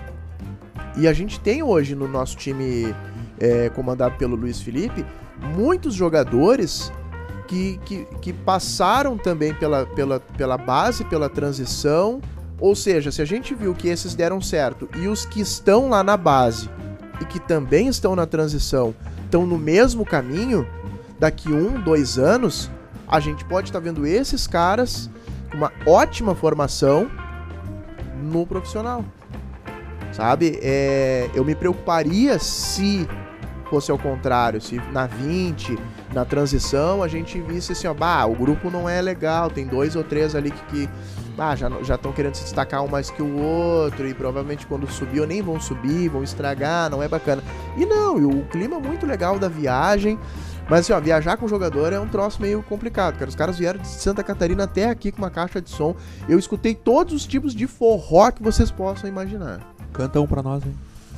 E a gente tem hoje no nosso time comandado pelo Luiz Felipe muitos jogadores que passaram também pela base, pela transição. Ou seja, se a gente viu que esses deram certo e os que estão lá na base e que também estão na transição estão no mesmo caminho, daqui 1-2 anos, a gente pode estar vendo esses caras com uma ótima formação no profissional. Sabe? Eu me preocuparia se fosse ao contrário, se na 20, na transição, a gente visse assim, ó, o grupo não é legal, tem 2 ou 3 ali que já estão querendo se destacar um mais que o outro, e provavelmente quando subir ou nem vão subir, vão estragar, não é bacana. E não, e o clima é muito legal da viagem, mas assim, ó, viajar com o jogador é um troço meio complicado, cara. Os caras vieram de Santa Catarina até aqui com uma caixa de som, eu escutei todos os tipos de forró que vocês possam imaginar. Canta um pra nós, hein?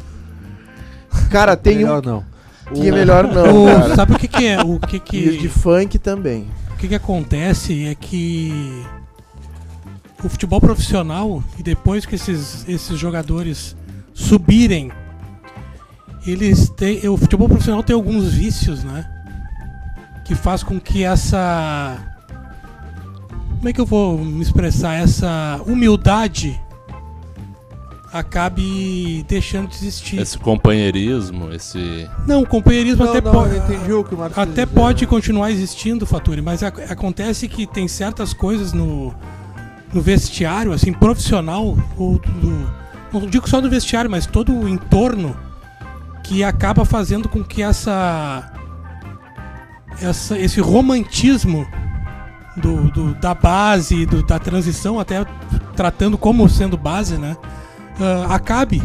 Cara, tem Melhor um não. que é melhor não, cara. Sabe o que é? E de funk também. O que acontece é que o futebol profissional, e depois que esses jogadores subirem, o futebol profissional tem alguns vícios, né? Que faz com que essa... Como é que eu vou me expressar? Essa humildade acabe deixando de existir. Esse companheirismo, esse... Não, o companheirismo Não, até não, pode. eu entendi o que o Marcos Até quis dizer, pode né? continuar existindo, Faturi, mas acontece que tem certas coisas no vestiário, assim, profissional, não digo só do vestiário, mas todo o entorno, que acaba fazendo com que esse romantismo da base, da transição, até tratando como sendo base, né? Acabe.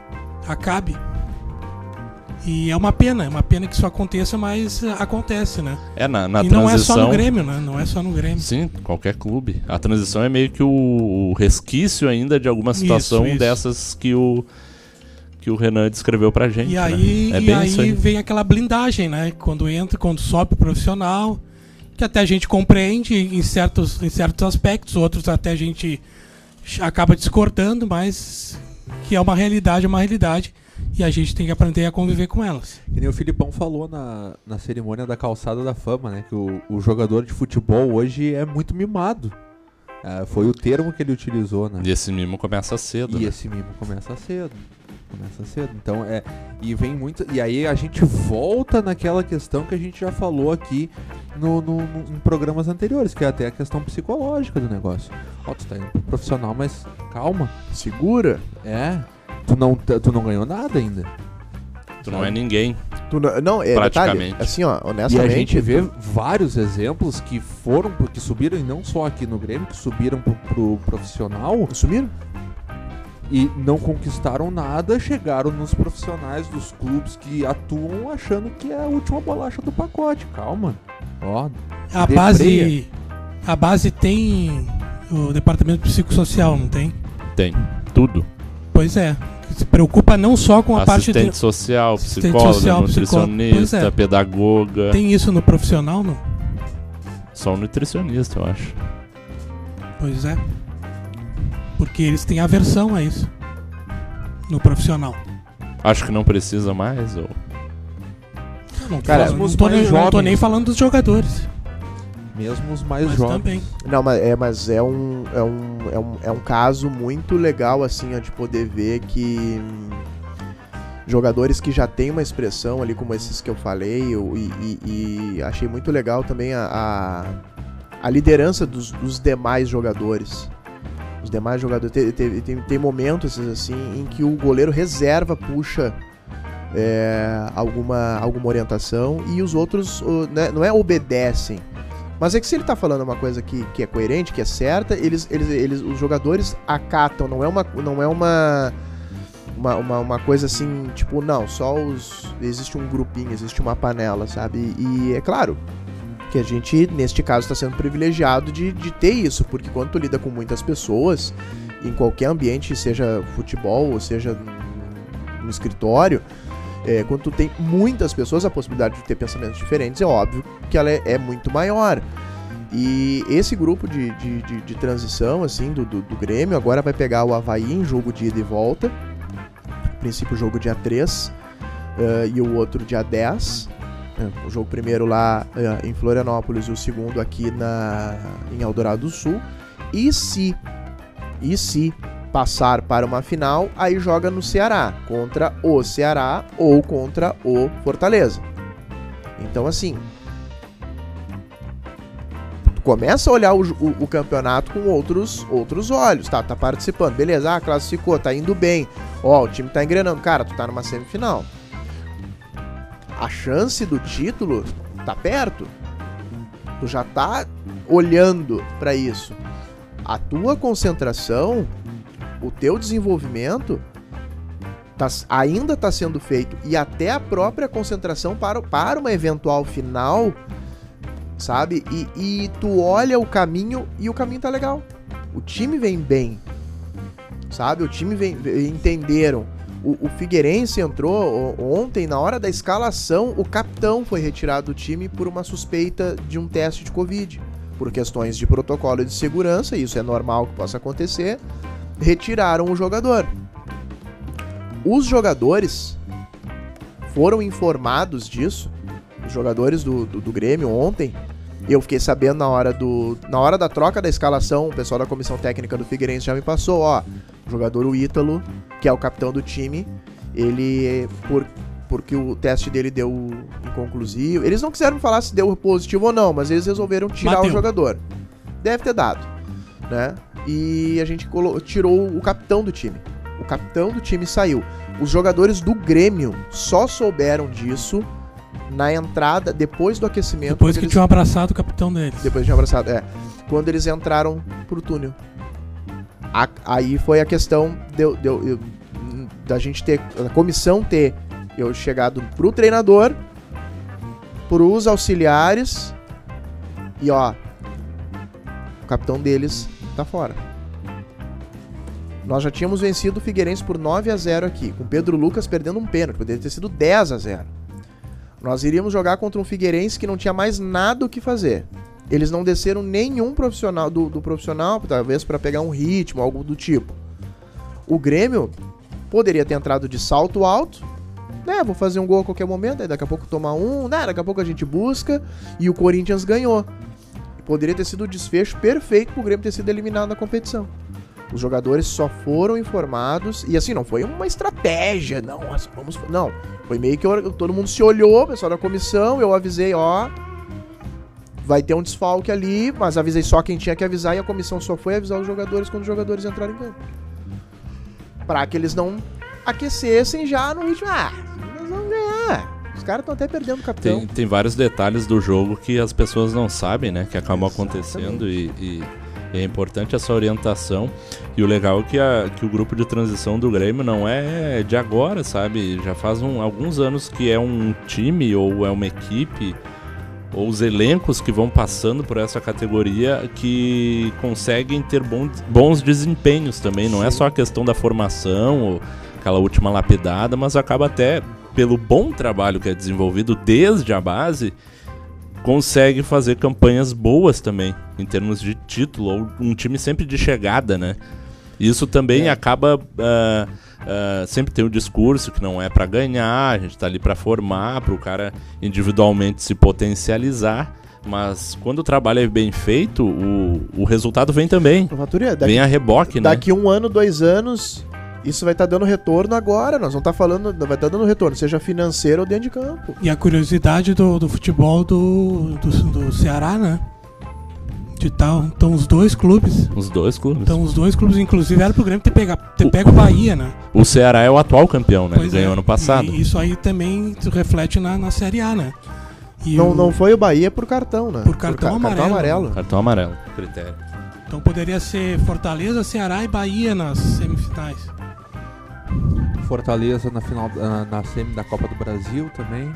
E é uma pena que isso aconteça, mas acontece, né? Na e transição... não é só no Grêmio, né? Não é só no Grêmio. Sim, qualquer clube. A transição é meio que o resquício ainda de alguma situação Isso. dessas que o Renan descreveu pra gente. E aí, né? É bem isso aí. vem aquela blindagem, né? Quando sobe o profissional, que até a gente compreende em certos aspectos, outros até a gente acaba discordando, mas que é uma realidade, e a gente tem que aprender a conviver com elas. Que nem o Filipão falou na cerimônia da Calçada da Fama, né? Que o jogador de futebol hoje é muito mimado. Foi o termo que ele utilizou, né? E esse mimo começa cedo. E né? esse mimo começa cedo. Então e vem muito. E aí a gente volta naquela questão que a gente já falou aqui em programas anteriores, que é até a questão psicológica do negócio. Tu tá indo pro profissional, mas calma. Segura. Tu não ganhou nada ainda. Tu não é ninguém. Não, é Praticamente. detalhe, assim, ó, E honestamente... a gente vê vários exemplos que subiram, e não só aqui no Grêmio, que subiram pro profissional Sumiram? e não conquistaram nada, chegaram nos profissionais dos clubes que atuam achando que é a última bolacha do pacote. Calma. Ó, A base tem o departamento psicossocial, não tem? Tem. Tudo. Pois é. Se preocupa não só com a parte Assistente social, Assistente psicóloga, social, nutricionista, pois é. pedagoga. Tem isso no profissional, não? Só um nutricionista, eu acho. Pois é. Porque eles têm aversão a isso. No profissional. Acho que não precisa mais, ou... Cara, mesmo os não mais tô jovens. nem falando dos jogadores. mesmo os mais Mas jovens. também. Não, mas é um caso muito legal, assim, ó, de poder ver que jogadores que já têm uma expressão ali, como esses que eu falei, e achei muito legal também a liderança dos demais jogadores. Os demais jogadores, tem momentos, assim, em que o goleiro reserva puxa alguma orientação e os outros, né, não é obedecem. Mas é que se ele tá falando uma coisa que é coerente, que é certa, os jogadores acatam, não é uma coisa assim, tipo, não, existe um grupinho, existe uma panela, sabe? E é claro que a gente, neste caso, está sendo privilegiado de ter isso, porque quando tu lida com muitas pessoas, em qualquer ambiente, seja futebol ou seja no escritório, quando tu tem muitas pessoas, a possibilidade de ter pensamentos diferentes é óbvio que ela é muito maior. E esse grupo de transição, assim, do Grêmio, agora vai pegar o Avaí em jogo de ida e volta. A princípio, o jogo dia 3 e o outro dia 10. O jogo primeiro lá em Florianópolis e o segundo aqui em Eldorado do Sul. E se passar para uma final, aí joga no Ceará, contra o Ceará ou contra o Fortaleza. Então, assim, tu começa a olhar o campeonato com outros olhos, tá participando, beleza, classificou, tá indo bem, o time tá engrenando, cara, tu tá numa semifinal. A chance do título tá perto, tu já tá olhando para isso. A tua concentração, o teu desenvolvimento ainda está sendo feito, e até a própria concentração para uma eventual final, sabe? E tu olha o caminho e o caminho tá legal. O time vem bem, sabe? O time entenderam. O Figueirense entrou ontem, na hora da escalação, o capitão foi retirado do time por uma suspeita de um teste de Covid. Por questões de protocolo e de segurança, isso é normal que possa acontecer. Retiraram o jogador. Os jogadores foram informados disso. Os jogadores do Grêmio ontem, eu fiquei sabendo na hora da troca da escalação, o pessoal da comissão técnica do Figueirense já me passou, o jogador Ítalo que é o capitão do time, ele, porque o teste dele deu inconclusivo, eles não quiseram falar se deu positivo ou não, mas eles resolveram tirar o jogador. Deve ter dado, né? E a gente tirou o capitão do time. O capitão do time saiu. Os jogadores do Grêmio só souberam disso na entrada, depois do aquecimento. Depois que tinham abraçado o capitão deles. Depois tinham abraçado, quando eles entraram pro túnel. Aí foi a questão da gente ter, a comissão ter chegado pro treinador, pros auxiliares e o capitão deles tá fora. Nós já tínhamos vencido o Figueirense por 9-0 aqui, com Pedro Lucas perdendo um pênalti, poderia ter sido 10-0. Nós iríamos jogar contra um Figueirense que não tinha mais nada o que fazer. Eles não desceram nenhum profissional do profissional, talvez para pegar um ritmo, algo do tipo. O Grêmio poderia ter entrado de salto alto, né? Vou fazer um gol a qualquer momento, aí daqui a pouco tomar um, né? Daqui a pouco a gente busca, e o Corinthians ganhou. Poderia ter sido o desfecho perfeito pro Grêmio ter sido eliminado da competição. Os jogadores só foram informados, e assim, não foi uma estratégia, não, foi meio que todo mundo se olhou, o pessoal da comissão, eu avisei, vai ter um desfalque ali, mas avisei só quem tinha que avisar, e a comissão só foi avisar os jogadores quando os jogadores entraram em campo. Pra que eles não aquecessem já no ritmo, nós vamos ganhar. Os caras estão até perdendo o capitão. Tem vários detalhes do jogo que as pessoas não sabem, né, que acabam acontecendo, e é importante essa orientação. E o legal é que o grupo de transição do Grêmio não é de agora, sabe? Já faz alguns anos que é um time ou é uma equipe, ou os elencos que vão passando por essa categoria que conseguem ter bons desempenhos também. Não é só a questão da formação ou aquela última lapidada, mas acaba até pelo bom trabalho que é desenvolvido desde a base, consegue fazer campanhas boas também, em termos de título, ou um time sempre de chegada, né? Isso também acaba... sempre tem um discurso que não é pra ganhar, a gente tá ali pra formar, pro cara individualmente se potencializar, mas quando o trabalho é bem feito, o resultado vem também. Vem a reboque, né? Daqui 1 ano, 2 anos... Isso vai estar dando retorno agora, nós vamos estar falando, vai estar dando retorno, seja financeiro ou dentro de campo. E a curiosidade do futebol do Ceará, né? Então os dois clubes. Então os dois clubes, inclusive, era pro Grêmio ter pego o Bahia, né? O Ceará é o atual campeão, né? Ele ganhou ano passado. E isso aí também reflete na Série A, né? E não foi o Bahia por cartão, né? Por cartão amarelo. Cartão amarelo, critério. Então poderia ser Fortaleza, Ceará e Bahia nas semifinais. Fortaleza na final, na semi da Copa do Brasil também.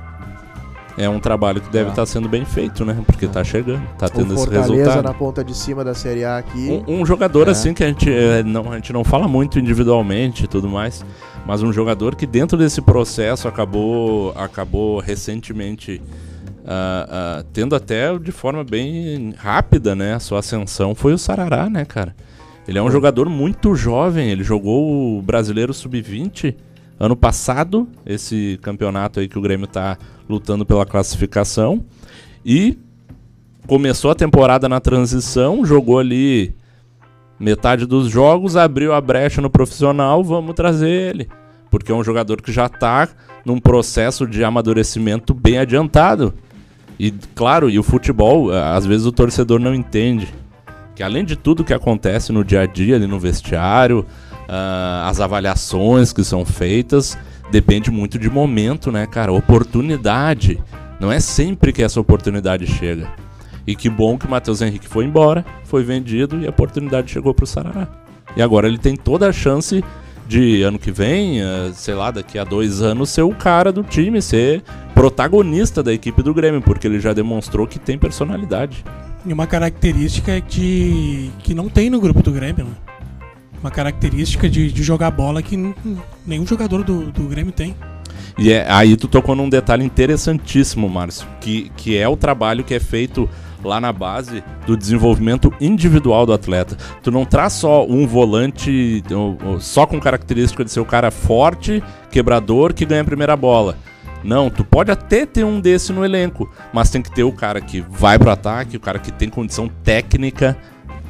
É um trabalho que deve estar sendo bem feito, né? Porque tá chegando, tá tendo esse Fortaleza resultado. na ponta de cima da Série A aqui. Um jogador assim que a gente não fala muito individualmente e tudo mais, mas um jogador que dentro desse processo acabou recentemente tendo até de forma bem rápida, né, a sua ascensão, foi o Sarará, né, cara? Ele é um jogador muito jovem, ele jogou o Brasileiro Sub-20 ano passado, esse campeonato aí que o Grêmio tá lutando pela classificação, e começou a temporada na transição, jogou ali metade dos jogos, abriu a brecha no profissional, vamos trazer ele, porque é um jogador que já tá num processo de amadurecimento bem adiantado. E claro, e o futebol, às vezes o torcedor não entende que além de tudo que acontece no dia a dia ali no vestiário, as avaliações que são feitas, depende muito de momento, né, cara? Oportunidade. Não é sempre que essa oportunidade chega. E que bom que o Matheus Henrique foi embora, foi vendido e a oportunidade chegou pro Sarará. E agora ele tem toda a chance de ano que vem, sei lá, daqui a 2 anos, ser o cara do time, ser protagonista da equipe do Grêmio, porque ele já demonstrou que tem personalidade. E uma característica que não tem no grupo do Grêmio, né? Uma característica de jogar bola que nenhum jogador do Grêmio tem. E aí tu tocou num detalhe interessantíssimo, Márcio, que é o trabalho que é feito lá na base do desenvolvimento individual do atleta. Tu não traz só um volante só com característica de ser o cara forte, quebrador, que ganha a primeira bola. Não, tu pode até ter um desse no elenco, mas tem que ter o cara que vai pro ataque, o cara que tem condição técnica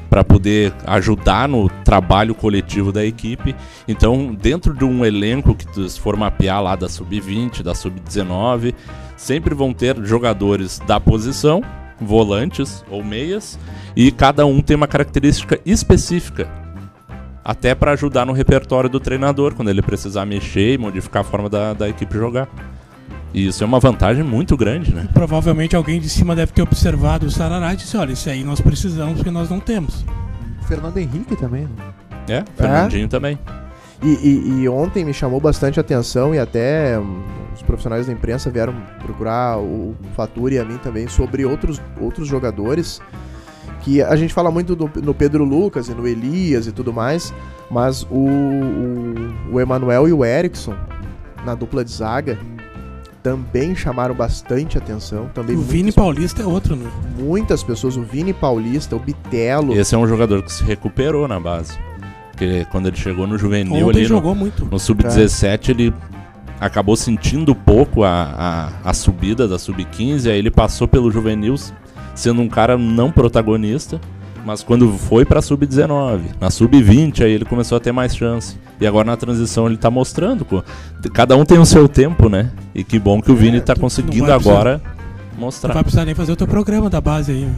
para poder ajudar no trabalho coletivo da equipe. Então, dentro de um elenco que tu for mapear lá da Sub-20, da Sub-19, sempre vão ter jogadores da posição, volantes ou meias, e cada um tem uma característica específica, até para ajudar no repertório do treinador, quando ele precisar mexer e modificar a forma da equipe jogar. E isso é uma vantagem muito grande, né? Provavelmente alguém de cima deve ter observado o Sarará e disse, olha, isso aí nós precisamos porque nós não temos. O Fernando Henrique também, né? Fernandinho também. E ontem me chamou bastante atenção e até os profissionais da imprensa vieram procurar o Faturi e a mim também sobre outros jogadores, que a gente fala muito no Pedro Lucas e no Elias e tudo mais, mas o Emanuel e o Erickson, na dupla de zaga, também chamaram bastante atenção. Também O Vini Paulista é outro, né? Muitas pessoas, o Vini Paulista, o Bitelo. Esse é um jogador que se recuperou na base. Porque quando ele chegou no juvenil Ontem ali jogou muito. no Sub-17, ele acabou sentindo pouco a subida da Sub-15, aí ele passou pelo juvenil sendo um cara não protagonista, mas quando foi pra Sub-19, na Sub-20, aí ele começou a ter mais chance. E agora na transição ele tá mostrando, pô. Cada um tem o seu tempo, né? E que bom que o Vini tá conseguindo agora mostrar. Não vai precisar nem fazer o teu programa da base aí.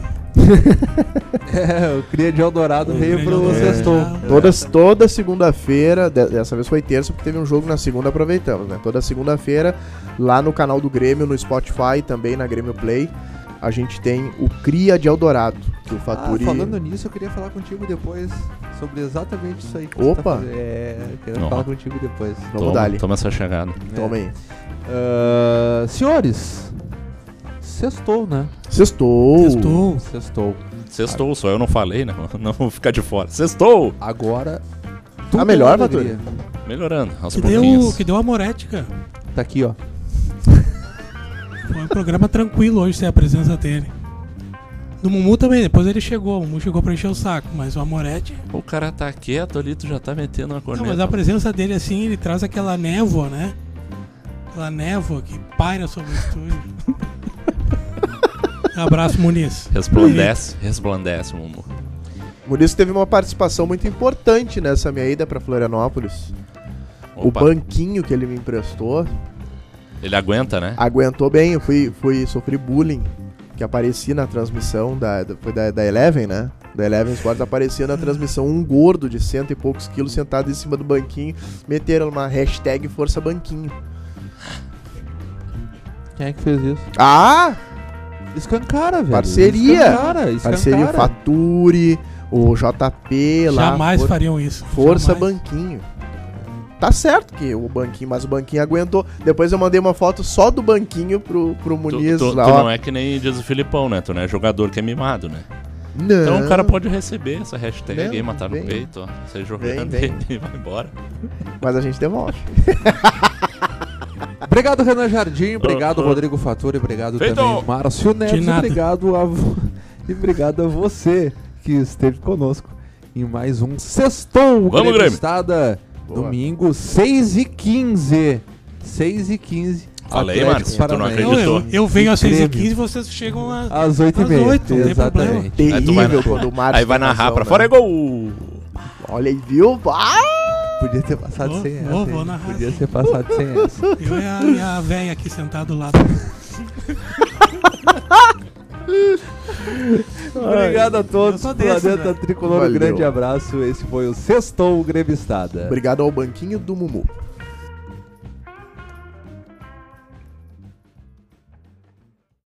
O Cria de Eldorado veio pro Eldorado. Sextou. Toda segunda-feira, dessa vez foi terça, porque teve um jogo na segunda, aproveitamos, né? Toda segunda-feira, lá no canal do Grêmio, no Spotify, também na Grêmio Play, a gente tem o Cria de Eldorado, que o Faturi... Falando nisso, eu queria falar contigo depois sobre exatamente isso aí que Opa! você tá fazendo. Eu queria falar contigo depois. Vamos dar ali. Toma essa chegada. Toma aí. Senhores, sextou, né? Sextou. Sextou, só eu não falei, né? Não vou ficar de fora. Sextou! Agora... Tá melhor, é Faturi? Melhorando, aos Que pouquinhos. deu a Moretti, cara. Tá aqui, ó. Foi um programa tranquilo hoje sem a presença dele. Do Mumu também, depois ele chegou. O Mumu chegou pra encher o saco, mas o Amoretti... O cara tá quieto ali, tu já tá metendo uma corneta. Não, mas a presença dele, assim, ele traz aquela névoa, né? Aquela névoa que paira sobre o estúdio. Abraço, Muniz. Resplandece, Mumu. Muniz teve uma participação muito importante nessa minha ida pra Florianópolis. O Opa, banquinho que ele me emprestou ele aguenta, né? aguentou bem. Eu sofri bullying, que apareci na transmissão foi da Eleven, né? Da Eleven Sports, aparecia na transmissão um gordo de 100 e poucos quilos sentado em cima do banquinho. Meteram uma hashtag Força Banquinho. Quem é que fez isso? Ah! Escancara, velho. Parceria! Escancara. Parceria Faturi, o JP lá. Jamais fariam isso. Força Jamais. Banquinho. Tá certo que mas o banquinho aguentou. Depois eu mandei uma foto só do banquinho pro Muniz Tu lá. ó. não é que nem diz o Filipão, né? Tu não é jogador que é mimado, né? Não. Então o cara pode receber essa hashtag Não, aí, matar no vem. peito, ó. Você jogando Vem. e vai embora. Mas a gente devolve. Obrigado, Renan Jardim. Obrigado, Rodrigo Faturi. Obrigado Feito. também, Márcio Neves. De nada. Obrigado a você que esteve conosco em mais um Sextou. Vamos, Grêmio. Estada, domingo, 6h15. 6h15. Falei, Atlético Marcos, tu não Paranaense. acreditou. Eu venho às Grêmio. 6h15 e vocês chegam às Às 8h30. 8, não tem problema. Exatamente. Aí tu vai Terrível na- quando o Márcio Aí vai tem narrar razão, pra né? fora, é gol! Olha aí, viu? Ah! Podia ter passado Vou- sem essa. vou hein? narrar, Podia sim. ter passado sem essa. Eu e a véia aqui sentado do lado. Obrigado a todos. Eu sou desse, Planeta né? Tricolor, um Valeu. grande abraço. Esse foi o Sextou Gremistada. Obrigado ao banquinho do Mumu.